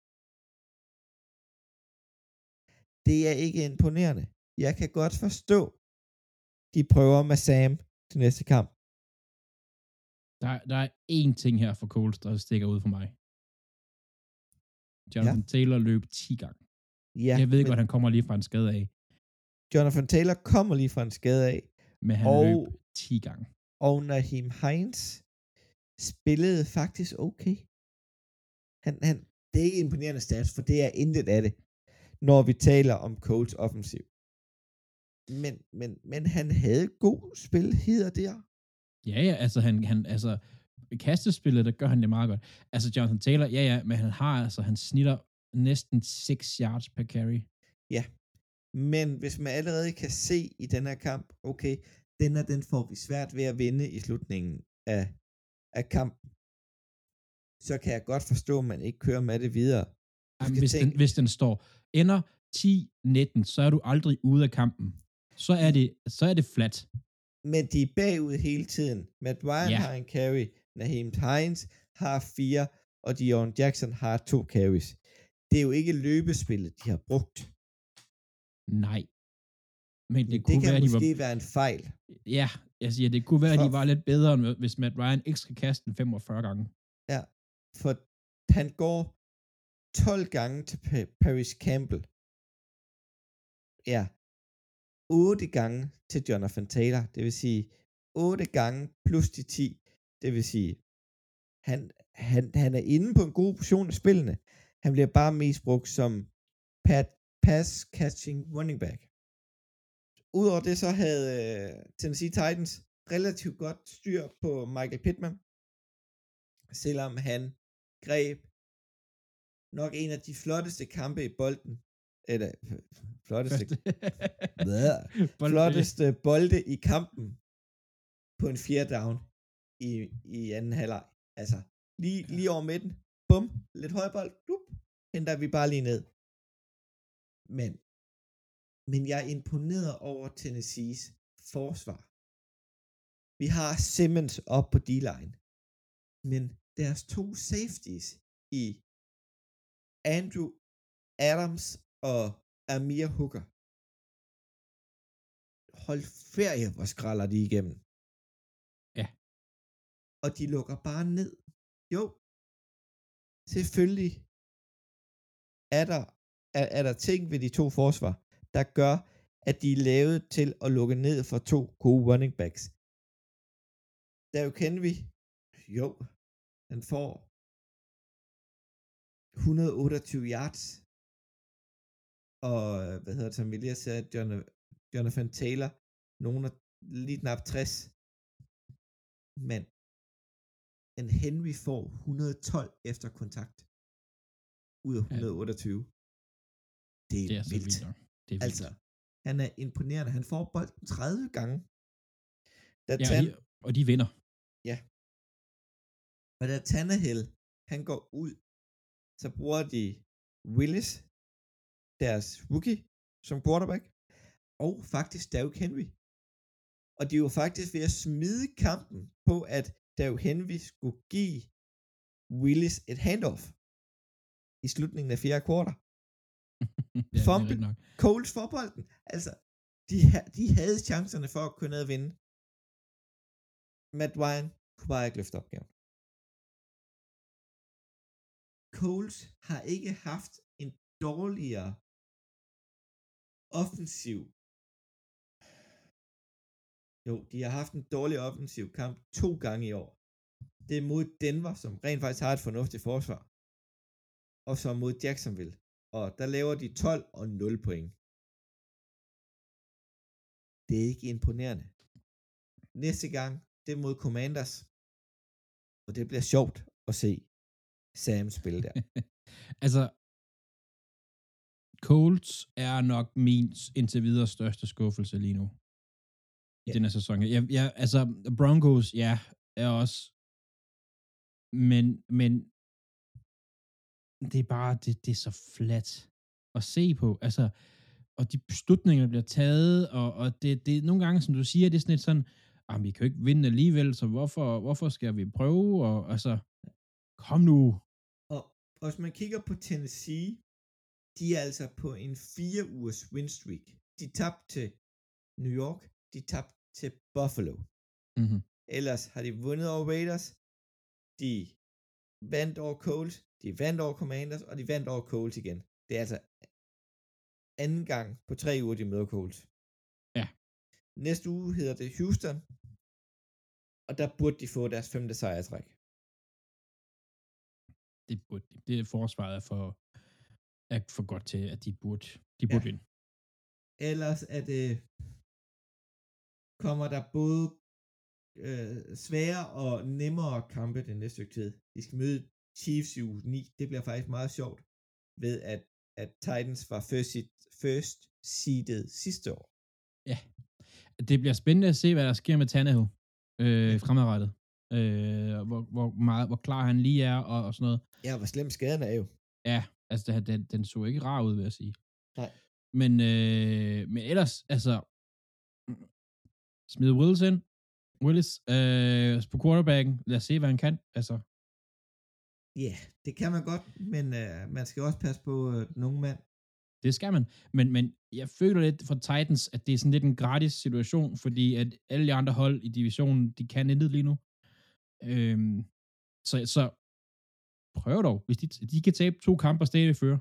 Det er ikke imponerende. Jeg kan godt forstå, de prøver med Sam til næste kamp. Der, der er én ting her for Colts, der stikker ud for mig. Jonathan ja. Taylor løb ti gange. Ja, jeg ved godt, han kommer lige fra en skade af. Jonathan Taylor kommer lige fra en skade af. Men han og, løb ti gange. Og Naheem Hines spillede faktisk okay. Han, han, det er ikke imponerende stats, for det er intet af det, når vi taler om Colts offensiv. Men, men, men han havde god spil her der. Ja, ja, altså han, han altså kastespillet, der gør han det meget godt. Altså Jonathan Taylor, ja, ja, men han har altså, han snitter næsten seks yards per carry. Ja, men hvis man allerede kan se i den her kamp, okay, den her, den får vi svært ved at vinde i slutningen af, af kampen, så kan jeg godt forstå, at man ikke kører med det videre. Jamen, hvis, tænke, den, hvis den står ender ti nitten, så er du aldrig ude af kampen. Så er det, så er det flat. Men de er bagud hele tiden. Matt Ryan ja. har en carry, Naheem Hines har fire, og Deon Jackson har to carries. Det er jo ikke løbespillet, de har brugt. Nej. Men det, Men kunne det kan være, måske de var... være en fejl. Ja, jeg siger, det kunne være, for... at de var lidt bedre, hvis Matt Ryan ikke skal kaste den femogfyrre gange. Ja, for han går tolv gange til Paris Campbell. Ja. otte gange til Jonathan Taylor. Det vil sige, otte gange plus de ti. Det vil sige, han, han, han er inde på en god position i spillene. Han bliver bare mest brugt som pass-catching running back. Udover det, så havde uh, Tennessee Titans relativt godt styr på Michael Pittman. Selvom han greb nok en af de flotteste kampe i bolden, eller øh, flotteste, Første. Bold- flotteste bolde i kampen på en fjerde down i, i anden halvleg. Altså, lige, Ja. lige over midten, bum, lidt højbold, dup, henter vi bare lige ned. Men, men jeg er imponeret over Tennessees forsvar. Vi har Simmons op på D-line, men deres to safeties i Andrew Adams og Amir Hooker, hold ferie, hvor skralder de igennem. Ja. Og de lukker bare ned. Jo, selvfølgelig er der, er, er der ting ved de to forsvar, der gør, at de er lavet til at lukke ned for to gode running backs. Der jo kender vi, jo, han får et hundrede og otteogtyve yards, og hvad hedder det, som vi lige har sagt, Jonathan Taylor, nogen er lige knap tres, men en Henry får et hundrede og tolv efter kontakt, ud af et hundrede og otteogtyve. Ja. Det er, Det er så vildt. vildt nok. Det er vildt. Altså, han er imponerende. Han får bolden tredive gange. Da Ja, Tan... og, de, og de vinder. Ja. Og da Tannehill, han går ud, så bruger de Willis, deres rookie, som quarterback, og faktisk Derrick Henry. Og de var faktisk ved at smide kampen på, at Derrick Henry skulle give Willis et handoff i slutningen af fjerde kvartal. Ja, Fumble, det er nok. Coles for bolden. Altså, de, de havde chancerne for at kunne ned og vinde. Matt Ryan kunne bare ikke løfte opgaven. Coles har ikke haft en dårligere offensiv. Jo, de har haft en dårlig offensiv kamp to gange i år. Det er mod Denver, som rent faktisk har et fornuftigt forsvar. Og så mod Jacksonville. Og der laver de tolv og nul point. Det er ikke imponerende. Næste gang, det er mod Commanders. Og det bliver sjovt at se Sam spille der. Altså, Colts er nok min indtil videre største skuffelse lige nu. I Ja. den her sæson. Jeg, jeg, altså, Broncos, ja, er også. Men, men det er bare, det, det er så flat at se på. Altså, og de beslutninger bliver taget, og, og det, det nogle gange, som du siger, det er sådan lidt sådan, ah, vi kan jo ikke vinde alligevel, så hvorfor, hvorfor skal vi prøve? Og altså, kom nu. Og, og hvis man kigger på Tennessee, de er altså på en fire ugers win streak. De tabte til New York, de tabte til Buffalo. Mm-hmm. Ellers har de vundet over Raiders, de vandt over Colts, de vandt over Commanders, og de vandt over Colts igen. Det er altså anden gang på tre uger, de møder Colts. Ja. Næste uge hedder det Houston, og der burde de få deres femte sejrtræk. Det burde de. Det er forsvaret er for, er for godt til, at de burde, de burde Ja. vinde. Ellers er det, kommer der både øh, svære og nemmere kampe den næste stykke tid. De skal møde Chiefs i uge ni. Det bliver faktisk meget sjovt, ved at, at Titans var first, seed, first seedet sidste år. Ja. Det bliver spændende at se, hvad der sker med Tannehill øh, fremadrettet. Øh, hvor, hvor, meget, hvor klar han lige er, og, og sådan noget. Ja, hvor slem skaden er jo. Ja, altså den, den, den så ikke rar ud, vil jeg sige. Nej. Men, øh, men ellers, altså, smid Wilson, Willis øh, på quarterbacken, lad os se, hvad han kan. Altså. Ja, yeah, det kan man godt, men øh, man skal også passe på øh, den unge mand. Det skal man, men, men jeg føler lidt for Titans, at det er sådan lidt en gratis situation, fordi at alle de andre hold i divisionen, de kan intet lige nu. Øhm, så, så prøv dog, hvis de, de kan tabe to kampe og stadig føre.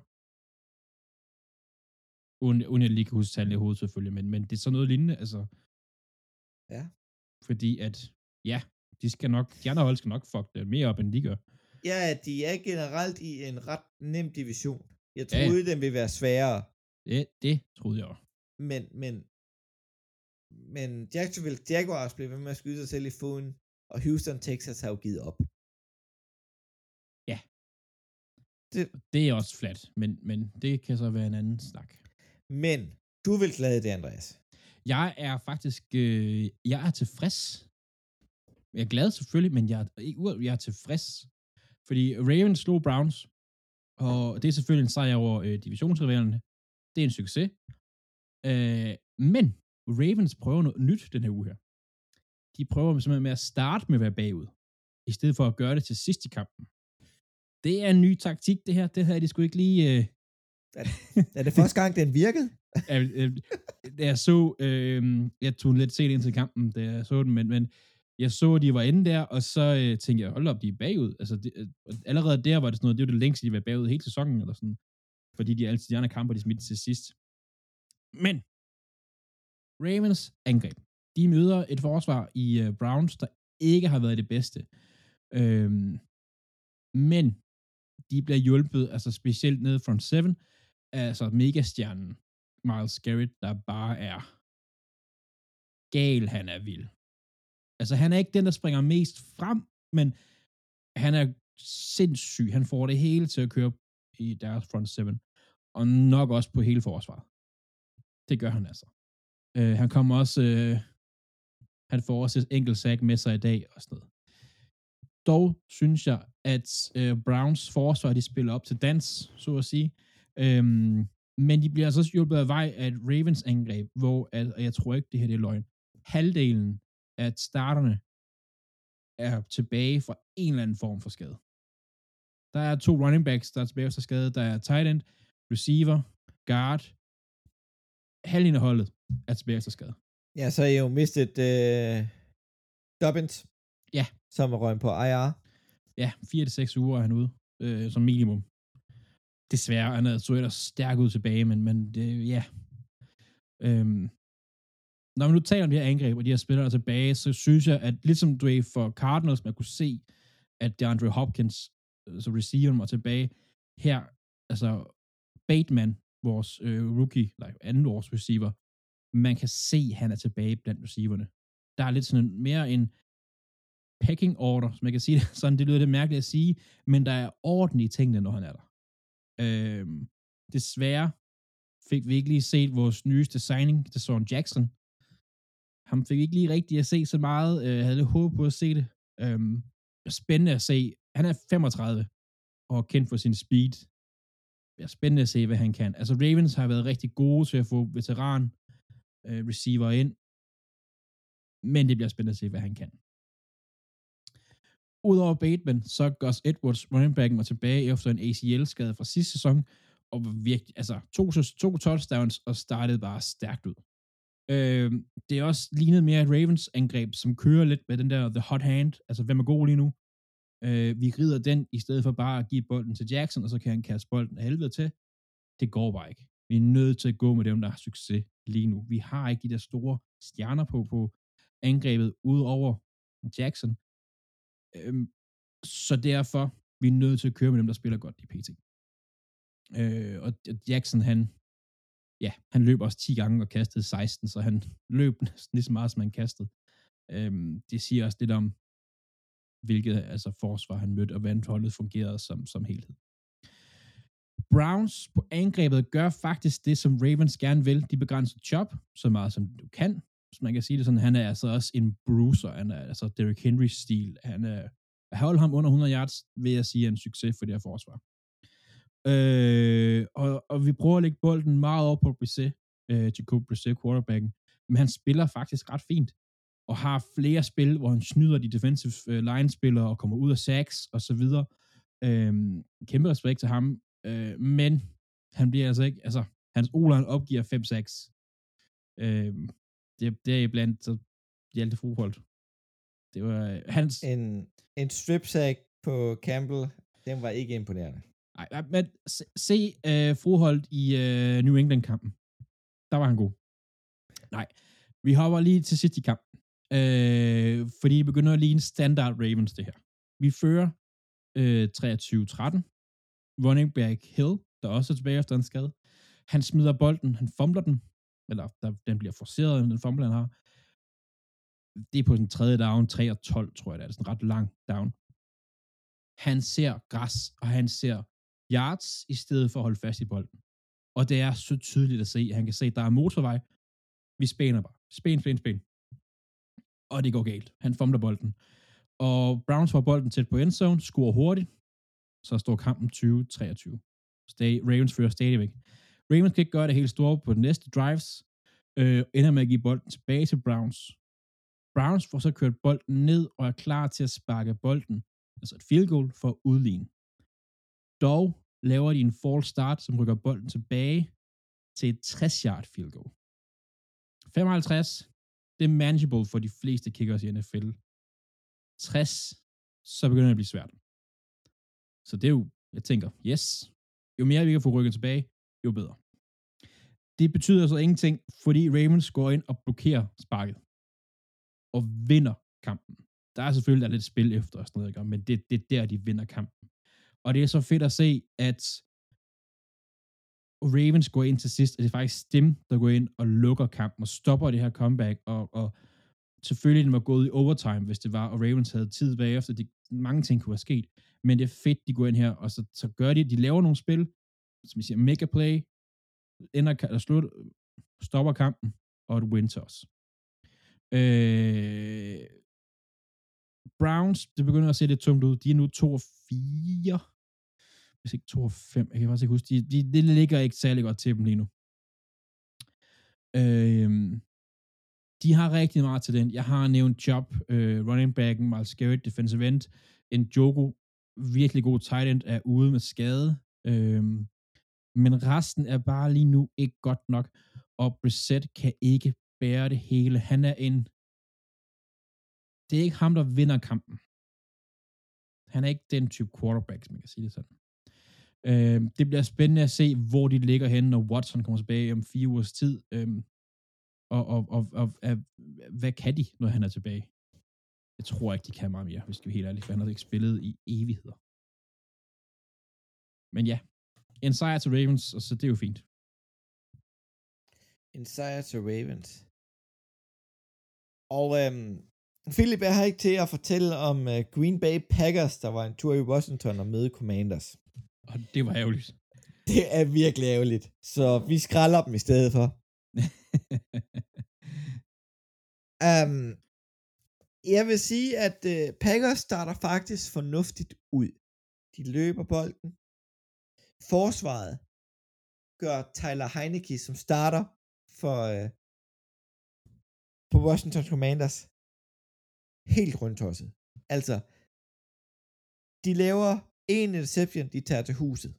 Uden, uden jeg lige kan huske tallene i hovedet selvfølgelig, men, men det er sådan noget lignende, altså. Ja. Fordi at, ja, de skal nok, de andre hold skal nok fuck det mere op, end de gør. Ja, de er generelt i en ret nem division. Jeg troede, ja, ja. den ville være sværere. Det, det troede jeg også. Men, men, men Jacksonville Jaguars blev ved med at skyde sig selv i foden, og Houston Texas har jo givet op. Ja. Det, Det er også flat, men, men det kan så være en anden snak. men du vil glade det, Andreas. Jeg er faktisk, øh, jeg er tilfreds. Jeg er glad selvfølgelig, men jeg, er- jeg er tilfreds. Fordi Ravens slog Browns, og det er selvfølgelig en sejr over øh, divisionsrivalerne. Det er en succes. Øh, men Ravens prøver noget nyt den her uge her. De prøver simpelthen med at starte med at være bagud, i stedet for at gøre det til sidst i kampen. Det er en ny taktik, det her. Det havde de sgu ikke lige... Øh... Er det første gang, den virkede? øh, øh, da jeg så... Øh, jeg tog lidt set ind til kampen, da jeg så den, men, men jeg så, at de var inde der, og så øh, tænkte jeg, hold op, de er bagud. Altså, det, øh, allerede der var det sådan noget, det var det længste, de var bagud hele sæsonen, eller sådan, fordi de altid de andre kamper, de smittede til sidst. Men Ravens angreb. De møder et forsvar i uh, Browns, der ikke har været det bedste. Øhm, men de bliver hjulpet, altså specielt nede front seven, altså megastjernen Myles Garrett, der bare er gal, han er vild. Altså han er ikke den, der springer mest frem, men han er sindssyg. Han får det hele til at køre i deres front seven, og nok også på hele forsvaret. Det gør han altså. Uh, han kommer også, uh, han får også et enkelt sack med sig i dag og sådan noget. Dog synes jeg, at uh, Browns forsvar, de spiller op til dans, så at sige. Um, men de bliver altså også hjulpet af vej af et Ravens angreb, hvor, at, og jeg tror ikke, det her det er løgn, halvdelen af starterne er tilbage fra en eller anden form for skade. Der er to running backs, der er tilbage fra skade. Der er tight end, receiver, guard. Halvdelen af holdet er tilbage fra skade. Ja, så er I jo mistet øh, Dobbins. Ja. Som er røget på I R. Ja, fire til seks uger er han ude, øh, som minimum. Desværre, han er så ellers stærk ud tilbage, men, men det, ja. Øhm. Når man nu taler om de her angreb, og de her spillere tilbage, så synes jeg, at ligesom du er for Cardinals, man kunne se, at DeAndre Hopkins, så receiveren, var tilbage. Her, altså, Bateman, vores øh, rookie, eller anden års receiver, man kan se, at han er tilbage blandt receiverne. Der er lidt sådan en, mere en pecking order, som jeg kan sige det. Sådan, det lyder lidt mærkeligt at sige, men der er orden i tingene, når han er der. Øhm, desværre fik vi ikke lige set vores nyeste signing til Sean Jackson. Han fik ikke lige rigtig at se så meget. Jeg havde lidt håbet på at se det. Øhm, spændende at se. Han er femogtredive og er kendt for sin speed. Det er spændende at se, hvad han kan. Altså Ravens har været rigtig gode til at få veteran øh, receiver ind. Men det bliver spændende at se, hvad han kan. Udover Bateman, så Gus Edwards, running backen, var tilbage efter en A C L-skade fra sidste sæson, og var virkelig, altså to, to touchdowns og startede bare stærkt ud. Øh, det er også lignet mere et Ravens angreb, som kører lidt med den der the hot hand, altså hvem er god lige nu. Øh, vi rider den, i stedet for bare at give bolden til Jackson, og så kan han kaste bolden af helvede til. Det går bare ikke. Vi er nødt til at gå med dem, der har succes lige nu. Vi har ikke de der store stjerner på, på angrebet, udover Jackson. Øh, så derfor, vi er nødt til at køre med dem, der spiller godt i P T. Øh, og Jackson, han ja, han løb også ti gange og kastede seksten, så han løb næsten lige så meget, som han kastede. Øhm, det siger også lidt om, hvilket altså, forsvar han mødte, og hvordan holdet fungerede som, som helhed. Browns på angrebet gør faktisk det, som Ravens gerne vil. De begrænser Chop så meget, som du kan. Så man kan sige det sådan, han er altså også en bruiser. Han er altså Derrick Henry-stil. Han er, at holde ham under hundrede yards, vil jeg sige, er en succes for det her forsvar. Øh, og, og vi prøver at lægge bolden meget over på Brissett, øh, Jacob Brissett, quarterbacken, men han spiller faktisk ret fint, og har flere spil, hvor han snyder de defensive øh, line-spillere, og kommer ud af sacks, og så videre. Øh, kæmpe respekt til ham, øh, men han bliver altså ikke, altså, hans O-line opgiver fem sacks. Øh, det, det er iblandt, så Hjalte Froholt. Det var øh, hans... En, en strip sack på Campbell, den var ikke imponerende. Nej, men se, se uh, Froholt i uh, New England-kampen. Der var han god. Nej, vi hopper lige til sidst i kampen. Uh, fordi vi begynder at ligne standard Ravens, det her. Vi fører uh, treogtyve tretten. Running back Hill, der også er tilbage efter en skade. Han smider bolden, han fumbler den. Eller der, den bliver forceret, den fumble, han har. Det er på den tredje down, tre og tolv, tror jeg det er. Det er sådan en ret lang down. Han ser græs, og han ser yards, i stedet for at holde fast i bolden. Og det er så tydeligt at se. Han kan se, at der er motorvej. Vi spænder bare. Spæn, spæn, spæn. Og det går galt. Han fumler bolden. Og Browns får bolden tæt på endzone, scorer hurtigt. Så står kampen tyve treogtyve. Ravens fører stadigvæk. Ravens kan ikke gøre det helt store på den næste drives. Øh, ender med at give bolden tilbage til Browns. Browns får så kørt bolden ned og er klar til at sparke bolden, altså et field goal, for at udligne. Dog laver de en false start, som rykker bolden tilbage til et tres-yard field goal. femoghalvtreds, det er manageable for de fleste kickers i N F L. tres, så begynder det at blive svært. Så det er jo, jeg tænker, yes, jo mere vi kan få rykket tilbage, jo bedre. Det betyder så ingenting, fordi Ravens går ind og blokerer sparket. Og vinder kampen. Der er selvfølgelig der er lidt spil efter og sådan noget, men det, det er der, de vinder kampen. Og det er så fedt at se, at Ravens går ind til sidst, og det er faktisk dem, der går ind og lukker kampen og stopper det her comeback, og, og selvfølgelig den var gået i overtime, hvis det var, og Ravens havde tid bagefter. De, mange ting kunne være sket, men det er fedt, de går ind her, og så, så gør de, de laver nogle spil, som vi siger, make a play, ender, eller slut, stopper kampen, og et win til os. Øh, Browns, det begynder at se lidt tungt ud. De er nu to og fire, hvis ikke to og fem, jeg kan faktisk ikke huske. De, de, det ligger ikke særlig godt til dem lige nu. Øh, de har rigtig meget til den. Jeg har nævnt Job, øh, running backen, Miles Garrett, defensive end, en Njoku, virkelig god tight end, er ude med skade. Øh, men resten er bare lige nu ikke godt nok, og Brissett kan ikke bære det hele. Han er en... Det er ikke ham, der vinder kampen. Han er ikke den type quarterback, som man kan sige det sådan. Øh, det bliver spændende at se, hvor de ligger henne, når Watson kommer tilbage om fire ugers tid. Øh, og, og, og, og, og hvad kan de, når han er tilbage? Jeg tror ikke, de kan meget mere, hvis vi er helt ærlige, for han har ikke spillet i evigheder. Men ja, en sejr til Ravens, og så det er jo fint. En sejr til Ravens. Og øhm, Philip er her ikke til at fortælle om uh, Green Bay Packers, der var en tur i Washington og møde Commanders. Og det var ærgerligt. Det er virkelig ærgerligt. Så vi skralder dem i stedet for. um, jeg vil sige, at uh, Packers starter faktisk fornuftigt ud. De løber bolden. Forsvaret gør Tyler Heineke, som starter for uh, på Washington Commanders, helt rundtosset. Altså, de laver en interception, de tager til huset.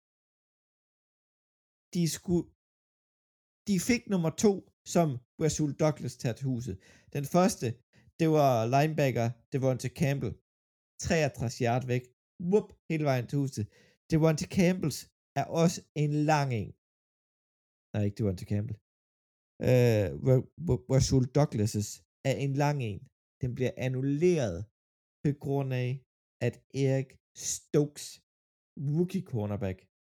De skulle, de fik nummer to, som Rasul Douglas tager til huset. Den første, det var linebacker, det var til Campbell, treogtres yard væk, whoop, hele vejen til huset. Det var til Campbells, er også en lang en. Nej, ikke det var til Campbell. Uh, Rasul Douglas' er en lang en. Den bliver annulleret på grund af, at Eric Stokes, rookie cornerback,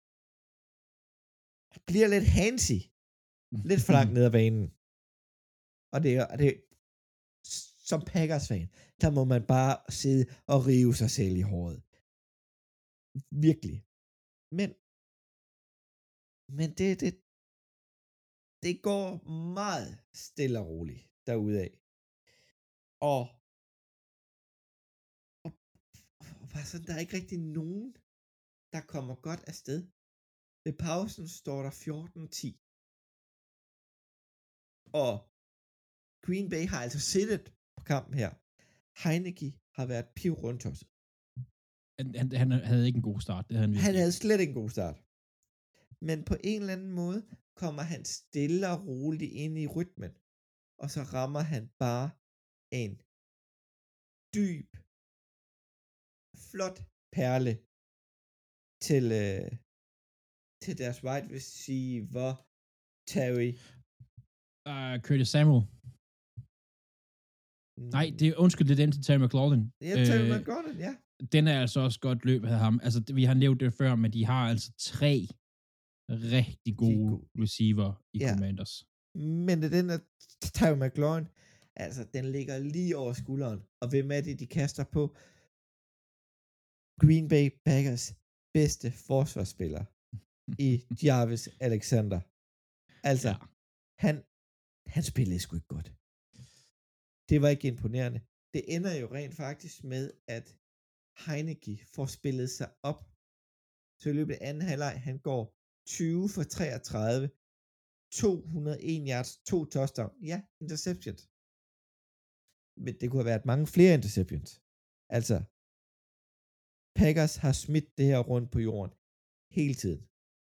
bliver lidt handsy. Lidt for langt ned ad banen. Og det er, det er som Packers-fan, der må man bare sidde og rive sig selv i håret. Virkelig. Men men det, det det går meget stille og roligt derudad. Og, og, og bare sådan, der er ikke rigtig nogen, der kommer godt afsted. Ved pausen står der fjorten ti. Og Green Bay har altså siddet på kampen her. Heineke har været piv rundt også. Han, han, han havde ikke en god start. Det havde han, han havde slet ikke en god start. Men på en eller anden måde kommer han stille og roligt ind i rytmen. Og så rammer han bare en dyb, flot perle til, øh, til deres wide receiver, Terry. Uh, Curtis Samuel. Mm. Nej, det er undskyld, det er den til Terry McLaurin. Ja, Terry uh, McLaurin, ja. Den er altså også godt løbet af ham. Altså, vi har nævnt det før, men de har altså tre rigtig gode god. receiver i ja. Commanders. Men det er den der Terry McLaurin, altså den ligger lige over skulderen, og hvem er det, de kaster på? Green Bay Packers. bedste forsvarsspiller i Jarvis Alexander. Altså, Ja. han, han spillede sgu ikke godt. Det var ikke imponerende. Det ender jo rent faktisk med, at Heineke får spillet sig op. Så i løbet af anden halvleg, han går tyve for treogtredive, to hundrede og en yards, to touchdown. Ja, interceptions. Men det kunne have været mange flere interceptions. Altså, Packers har smidt det her rundt på jorden hele tiden.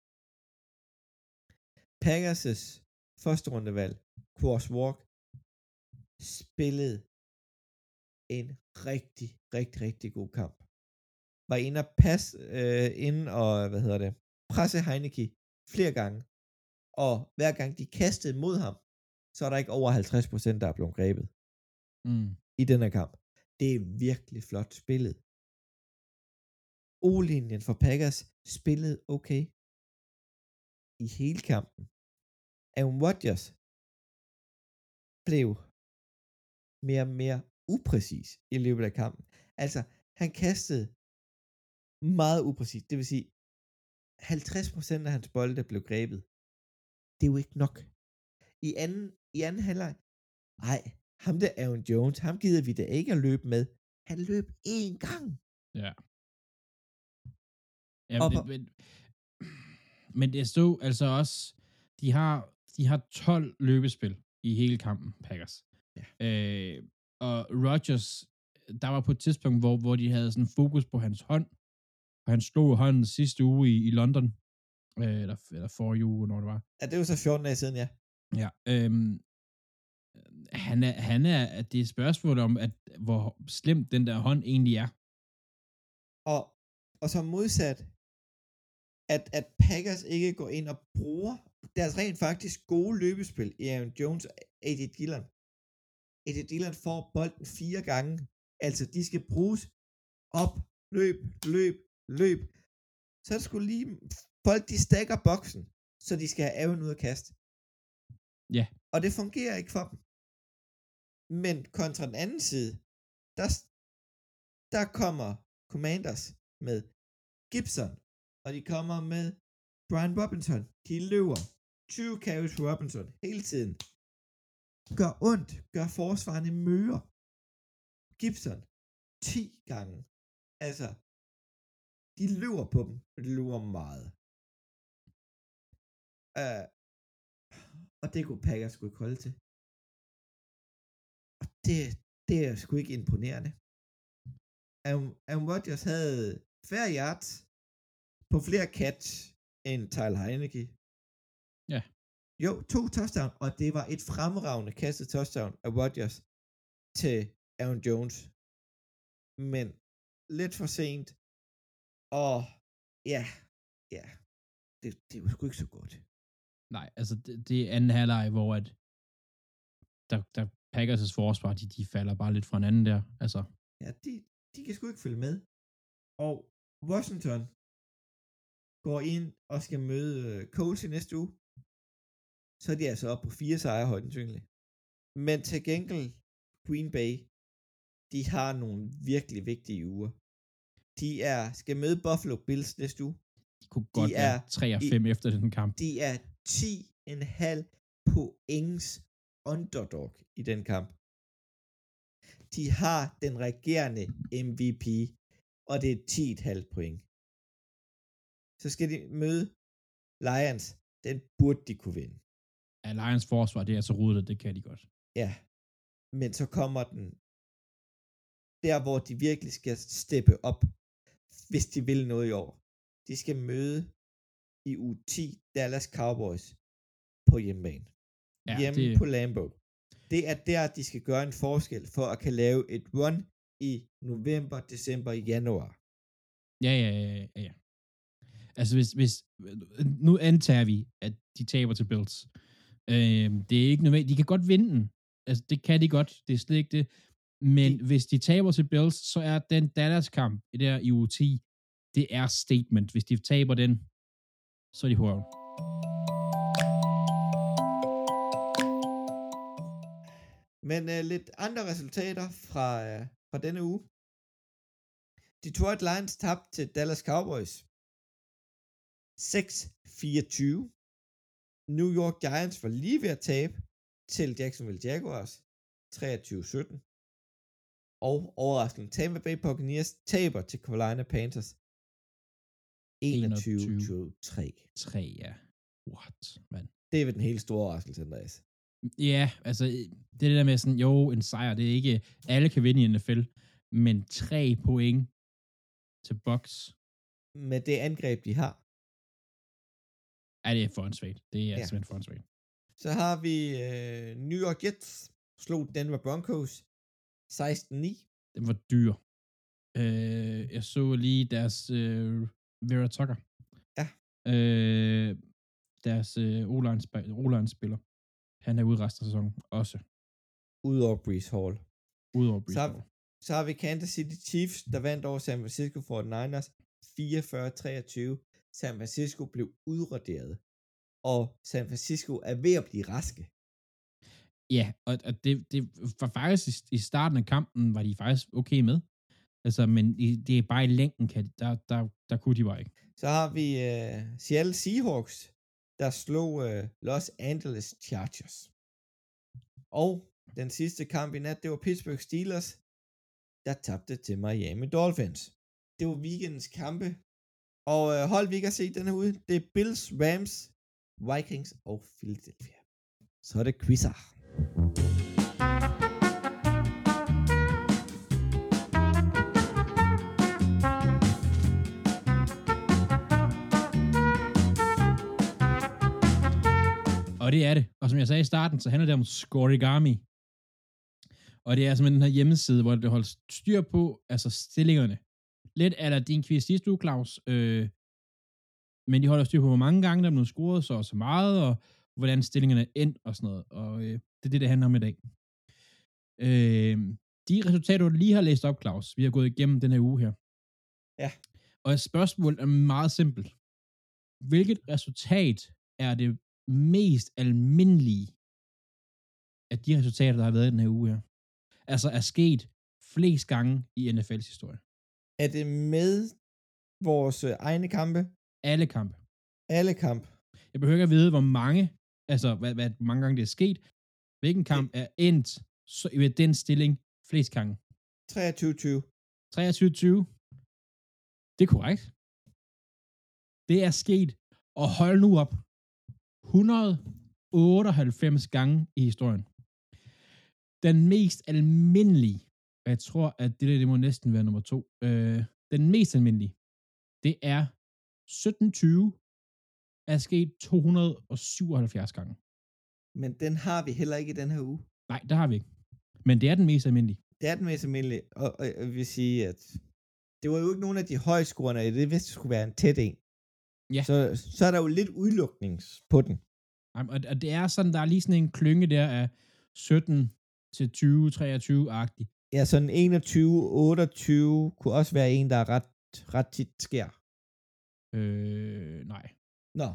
Packers' første rundevalg, Cross Walk, spillede en rigtig, rigtig, rigtig god kamp. Var inde og passe, øh, inde og, hvad hedder det, presse Heineke flere gange. Og hver gang de kastede mod ham, så er der ikke over halvtreds procent, der er blevet grebet. Mm. I den her kamp. Det er virkelig flot spillet. O-linjen for Packers spillede okay. I hele kampen. Aaron Rodgers blev mere og mere upræcis i løbet af kampen. Altså, han kastede meget upræcis. Det vil sige, halvtreds procent af hans bolde blev grebet. Det er jo ikke nok. I anden, i anden halvleg, nej, ham der Aaron Jones, ham gider vi da ikke at løbe med. Han løb én gang. Ja. Ja, Og men, på- men, men det stod altså også, de har, de har tolv løbespil i hele kampen, Packers. Ja. Øh, og Rodgers, der var på et tidspunkt, hvor, hvor de havde sådan fokus på hans hånd, og han slog hånden sidste uge i, i London, øh, eller, eller forrige uge, når det var. Ja, det var så fjorten dage siden, ja. Ja, øhm, han er, han er, at det er et spørgsmål om, at, hvor slemt den der hånd egentlig er. Og, og så modsat, at, at Packers ikke går ind og bruger deres rent faktisk gode løbespil i Aaron Jones og A J Dillon. A J Dillon får bolden fire gange. Altså, de skal bruges op, løb, løb, løb. Så er det sgu lige, folk de stakker boksen, så de skal have Aaron ud at kaste. Ja. Og det fungerer ikke for dem. Men kontra den anden side, der, der kommer Commanders med Gibson, og de kommer med Brian Robinson. De løber tyve carries for Robinson hele tiden. Gør ondt, gør forsvarende møger. Gibson ti gange. Altså, de løber på dem, og de løber meget. Uh, og det kunne Packers sgu ikke holde til. Og det, det er sgu ikke imponerende. Aaron, Aaron Rodgers havde færre yards på flere catch end Tyler Heineke. Ja. Jo, to touchdown, og det var et fremragende kastet touchdown af Rodgers til Aaron Jones. Men lidt for sent, og ja, ja, det, det var sgu ikke så godt. Nej, altså det, det er anden halvleg, hvor at der, der Packers' forsvar, de, de falder bare lidt fra en anden der. Altså. Ja, de, de kan sgu ikke følge med. Og Washington går ind og skal møde Colts i næste uge. Så er de altså oppe på fire sejre højden synligt. Men til gengæld, Green Bay, de har nogle virkelig vigtige uger. De er, skal møde Buffalo Bills næste uge. De kunne godt de være tre og fem efter den kamp. De er ti komma fem points underdog i den kamp. De har den regerende M V P, og det er ti komma fem point. Så skal de møde Lions. Den burde de kunne vinde. Ja, Lions forsvar, det er så rodet, det kan de godt. Ja, men så kommer den der, hvor de virkelig skal steppe op, hvis de vil noget i år. De skal møde i uge ti Dallas Cowboys på hjemmebane. Ja, Hjemme det... på Lambeau. Det er der, de skal gøre en forskel for at kan lave et run i november, december, januar. Ja, ja, ja, ja, ja. Altså, hvis, hvis, nu antager vi, at de taber til Bills. Øh, det er ikke nødvendigt. De kan godt vinde den. Altså, det kan de godt. Det er slet ikke det. Men de... hvis de taber til Bills, så er den Dallas-kamp der i uge ti, det er statement. Hvis de taber den, så er de på røven. Men uh, lidt andre resultater fra, uh, fra denne uge. Detroit Lions tabte til Dallas Cowboys seks fireogtyve. New York Giants var lige ved at tabe til Jacksonville Jaguars, treogtyve sytten. Og overraskende, Tampa Bay Buccaneers taber til Carolina Panthers, enogtyve tre. tre, ja. What, mand? Det er vel den helt store overraskelse, Andreas. Ja, altså, det er det der med sådan, jo, en sejr, det er ikke, alle kan vinde i N F L, men tre point til Bucs. Med det angreb, de har. Ja, det er for en svagt. Det er Ja. simpelthen for en svagt. Så har vi øh, New York Jets, slog Denver Broncos, seksten ni. Den var dyr. Øh, jeg så lige deres øh, Vera Tucker. Ja. Øh, deres øh, O-line-spiller. Han er ude resten af sæsonen også. Udover Breece Hall. Udover Breece Så, Hall. så har vi Kansas City Chiefs, der vandt over San Francisco forty-niners, fireogfyrre treogtyve. San Francisco blev udraderet. Og San Francisco er ved at blive raske. Ja, og, og det, det var faktisk i, i starten af kampen, var de faktisk okay med. Altså, men i, det er bare i længden, kan de, der, der, der kunne de bare ikke. Så har vi uh, Seattle Seahawks, der slog uh, Los Angeles Chargers. Og den sidste kamp i nat, det var Pittsburgh Steelers, der tabte til Miami Dolphins. Det var weekendens kampe. Og uh, hold vi ikke har set denne ude, det er Bills, Rams, Vikings og Philadelphia. Så er det quizzer. Og det er det. Og som jeg sagde i starten, så handler det om Scorigami. Og det er simpelthen den her hjemmeside, hvor det holder styr på, altså stillingerne. Lidt eller din quiz sidste uge, Claus. Øh, men de holder styr på, hvor mange gange der er blevet scoret, så og så meget, og hvordan stillingerne er endt og sådan noget. Og øh, det er det, det handler om i dag. Øh, de resultater, du lige har læst op, Claus, vi har gået igennem den her uge her. Ja. Og et spørgsmål er meget simpelt. Hvilket resultat er det mest almindelige af de resultater, der har været i den her uge her? Altså er sket flest gange i N F L's historie. Er det med vores øh, egne kampe? Alle kampe. Alle kamp. Jeg behøver ikke at vide, hvor mange, altså hvad, hvad, hvor mange gange det er sket. Hvilken kamp det. er endt så, i den stilling flest gange? treogtyve tyve. treogtyve tyve. Det er korrekt. Det er sket, og hold nu op, et hundrede otteoghalvfems gange i historien. Den mest almindelige, og jeg tror, at det der, det må næsten være nummer to, øh, den mest almindelige, det er sytten tyve, er sket to hundrede syvoghalvfjerds gange. Men den har vi heller ikke i den her uge. Nej, det har vi ikke. Men det er den mest almindelige. Det er den mest almindelige, og, og jeg vil sige, at det var jo ikke nogen af de højscorerne i det, hvis det skulle være en tæt en. Ja. Så, så er der jo lidt udluknings på den. Og det er sådan, der er lige sådan en klynge der af sytten til tyve treogtyve-agtig. Ja, sådan enogtyve otteogtyve kunne også være en, der er ret, ret tit sker. Øh, nej. Nå.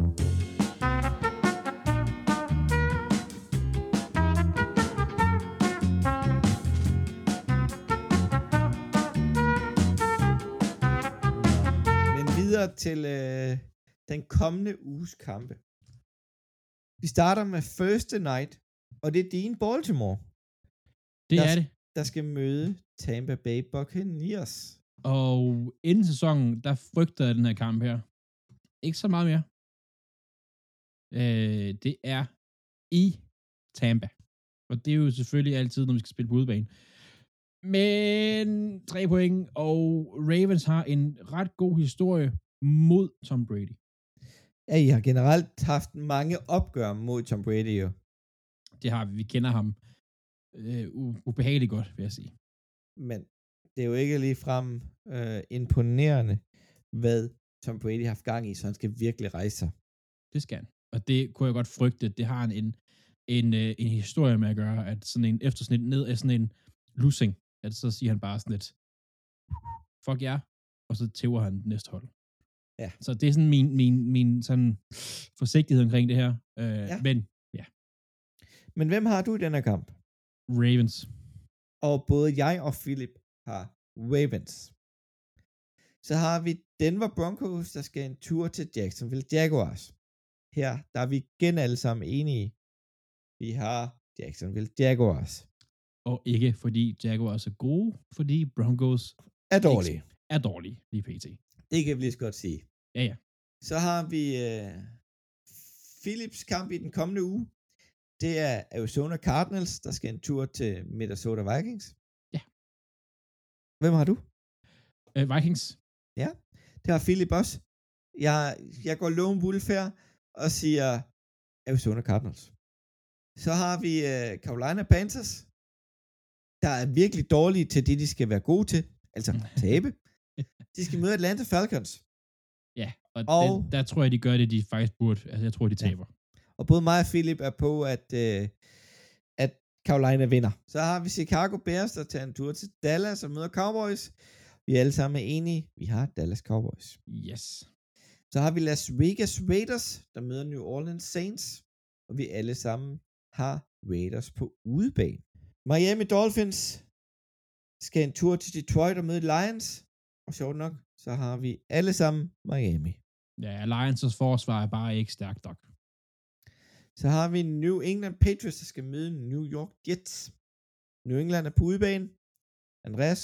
Men videre til øh, den kommende uges kampe. Vi starter med Thursday night, og det er din Baltimore. Det der, er det. Der skal møde Tampa Bay Buccaneers. Og inden sæsonen, der frygter jeg den her kamp her. Ikke så meget mere. Øh, det er i Tampa. Og det er jo selvfølgelig altid, når vi skal spille på udebane. Men tre point, og Ravens har en ret god historie mod Tom Brady. Ja, I har generelt haft mange opgør mod Tom Brady jo. Det har vi. Vi kender ham øh, ubehageligt godt, vil jeg sige. Men det er jo ikke ligefrem øh, imponerende, hvad Tom Brady har haft gang i, så han skal virkelig rejse sig. Det skal han. Og det kunne jeg godt frygte. Det har han en, en, en, en historie med at gøre, at sådan en eftersnit ned af sådan en losing, at så siger han bare sådan lidt, fuck ja, og så tæver han det næste hold. Ja. Så det er sådan min, min, min sådan forsigtighed omkring det her. Øh, ja. Men, ja. Men hvem har du i den her kamp? Ravens. Og både jeg og Philip har Ravens. Så har vi Denver Broncos, der skal en tur til Jacksonville Jaguars. Her, der er vi igen alle sammen enige. Vi har Jacksonville Jaguars. Og ikke fordi Jaguars er gode, fordi Broncos Er dårlige. er dårlige, lige pt. Det kan vi lige så godt sige. Ja, ja. Så har vi uh, Philips kamp i den kommende uge. Det er Arizona Cardinals, der skal en tur til Minnesota Vikings. Ja. Hvem har du? Uh, Vikings. Ja, det har Philip også. Jeg, jeg går lone wolf her og siger Arizona Cardinals. Så har vi uh, Carolina Panthers, der er virkelig dårlige til det, de skal være gode til. Altså tabe. De skal møde Atlanta Falcons. Ja, og, og det, der tror jeg, de gør det, de faktisk burde. Altså, jeg tror, de taber. Ja. Og både mig og Philip er på, at, uh, at Carolina vinder. Så har vi Chicago Bears, der tager en tur til Dallas og møder Cowboys. Vi er alle sammen enige. Vi har Dallas Cowboys. Yes. Så har vi Las Vegas Raiders, der møder New Orleans Saints. Og vi alle sammen har Raiders på udebane. Miami Dolphins skal en tur til Detroit og møde Lions. Og sjovt nok, så har vi alle sammen Miami. Ja, Lions' forsvar er bare ikke stærkt nok. Så har vi New England Patriots, der skal møde New York Jets. New England er på udebane. Andreas?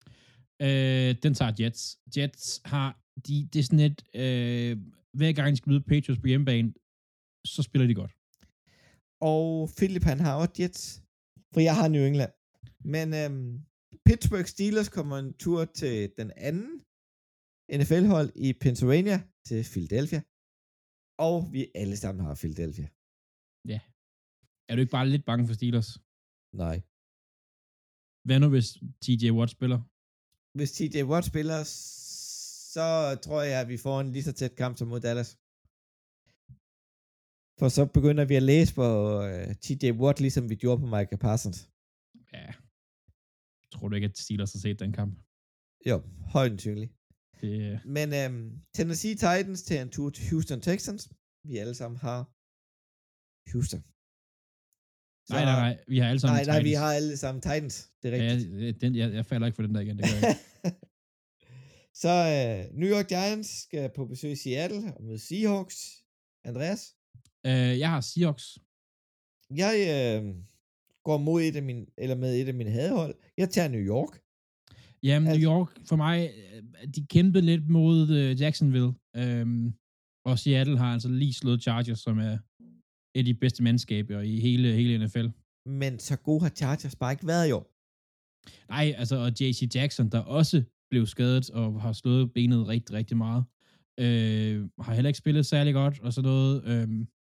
Øh, den tager Jets. Jets har, de, det er sådan et, øh, hver gang de skal møde Patriots på hjemmebane, så spiller de godt. Og Philip, han har også Jets, for jeg har New England. Men øhm, Pittsburgh Steelers kommer en tur til den anden N F L-hold i Pennsylvania, til Philadelphia. Og vi alle sammen har Philadelphia. Ja. Er du ikke bare lidt bange for Steelers? Nej. Hvad nu, hvis T J Watt spiller? Hvis T J Watt spiller, så tror jeg, at vi får en lige så tæt kamp som mod Dallas. For så begynder vi at læse på uh, T J Watt, ligesom vi gjorde på Micah Parsons. Ja. Tror du ikke, at Steelers har set den kamp? Jo, højt sandsynligt. Det... Men um, Tennessee Titans til en tur til Houston Texans. Vi alle sammen har Houston. Så, nej, nej, nej. Vi har alle sammen Nej, nej, Titans. vi har alle sammen Titans. Det er rigtigt. Ja, den, jeg, jeg falder ikke for den der igen. Det gør jeg ikke. Så uh, New York Giants skal på besøg i Seattle og møde Seahawks. Andreas? Uh, jeg har Seahawks. Jeg uh, går mod et af mine, eller med et af mine hadehold. Jeg tager New York. Jamen, New York, for mig, de kæmpede lidt mod uh, Jacksonville. Um, og Seattle har altså lige slået Chargers, som er et af de bedste mandskaber i hele, hele N F L. Men så god har Chargers bare ikke været i år. Nej, altså, og J C Jackson, der også blev skadet og har slået benet rigtig, rigtig meget. Øh, har heller ikke spillet særlig godt, og sådan noget. Øh,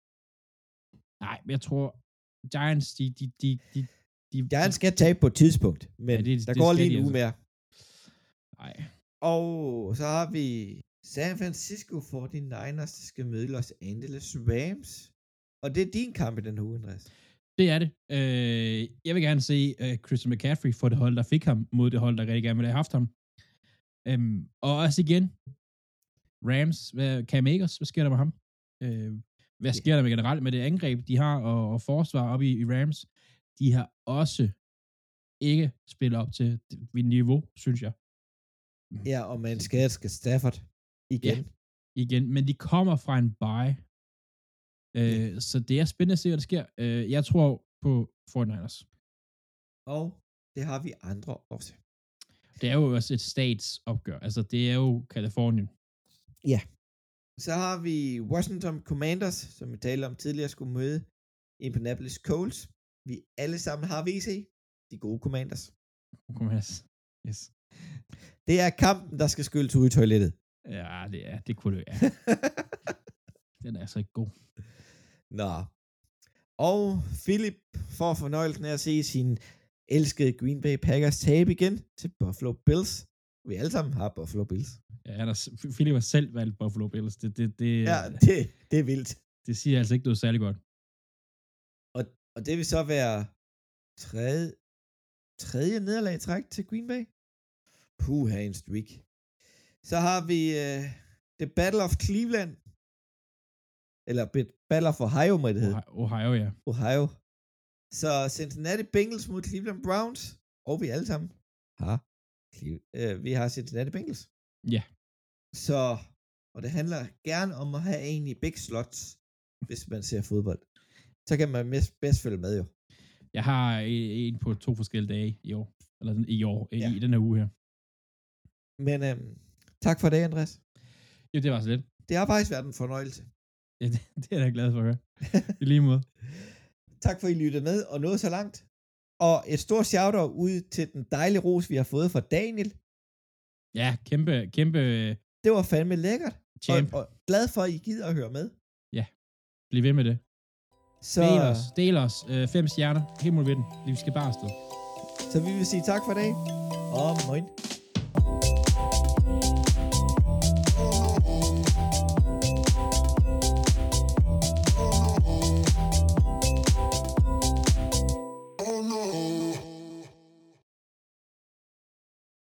nej, men jeg tror, Giants, de... de, de, de, de Giants skal tabe på et tidspunkt, men ja, det, der det går lige en uge altså. mere. Nej. Og så har vi San Francisco forty-niners, der skal møde Los Angeles Rams. Og det er din kamp i den uge, Andreas. Det er det. Øh, jeg vil gerne se uh, Christian McCaffrey for det hold, der fik ham, mod det hold, der rigtig gerne ville have haft ham. Øhm, og også igen, Rams, hvad, Cam Akers, hvad sker der med ham? Øh, hvad sker der med generelt med det angreb, de har, og, og forsvar op i, i Rams? De har også ikke spillet op til det niveau, synes jeg. Ja, og man skal skal Stafford igen. Ja, igen, men de kommer fra en bye. Øh, ja. Så det er spændende at se, hvad der sker. Øh, jeg tror på forty-niners. Og det har vi andre også. Det er jo også et statsopgør. Altså, det er jo Kalifornien. Ja. Så har vi Washington Commanders, som vi talte om tidligere, skulle møde Indianapolis Colts. Vi alle sammen har V C. De gode Commanders. Commanders. Yes. Det er kampen, der skal skyldes ud i toilettet. Ja, det er. Det kunne det, ja. Den er altså ikke god. Nå. Og Philip får fornøjelsen af at se sin elskede Green Bay Packers tabe igen til Buffalo Bills. Vi alle sammen har Buffalo Bills. Ja, der, Philip har selv valgt Buffalo Bills. Det, det, det, ja, det, det er vildt. Det siger altså ikke noget særlig godt. Og, og det vil så være tredje, tredje nederlag i træk til Green Bay. Puha, en streak. Så har vi uh, The Battle of Cleveland. Eller Battle of Ohio, må det hedde. Ohio, ja. Ohio. Så Cincinnati Bengals mod Cleveland Browns. Og vi alle sammen har, uh, vi har Cincinnati Bengals. Ja. Så, og det handler gerne om at have en i big slots, hvis man ser fodbold. Så kan man bedst, bedst følge med jo. Jeg har en på to forskellige dage i år. Eller i år, ja. i den her uge her. Men øhm, tak for det, Andreas. Jo, det var så lidt. Det har faktisk været en fornøjelse. Ja, det, det er jeg da glad for at høre. I lige måde. Tak for, at I lyttede med og nåede så langt. Og et stort shout-out ud til den dejlige ros, vi har fået fra Daniel. Ja, kæmpe, kæmpe... Det var fandme lækkert. Champ. Og, og glad for, at I gider at høre med. Ja, bliv ved med det. Så, del os, del os. Øh, fem stjerner. Helt mod ved den. Vi skal bare afsted. Så vi vil sige tak for det. Og moin.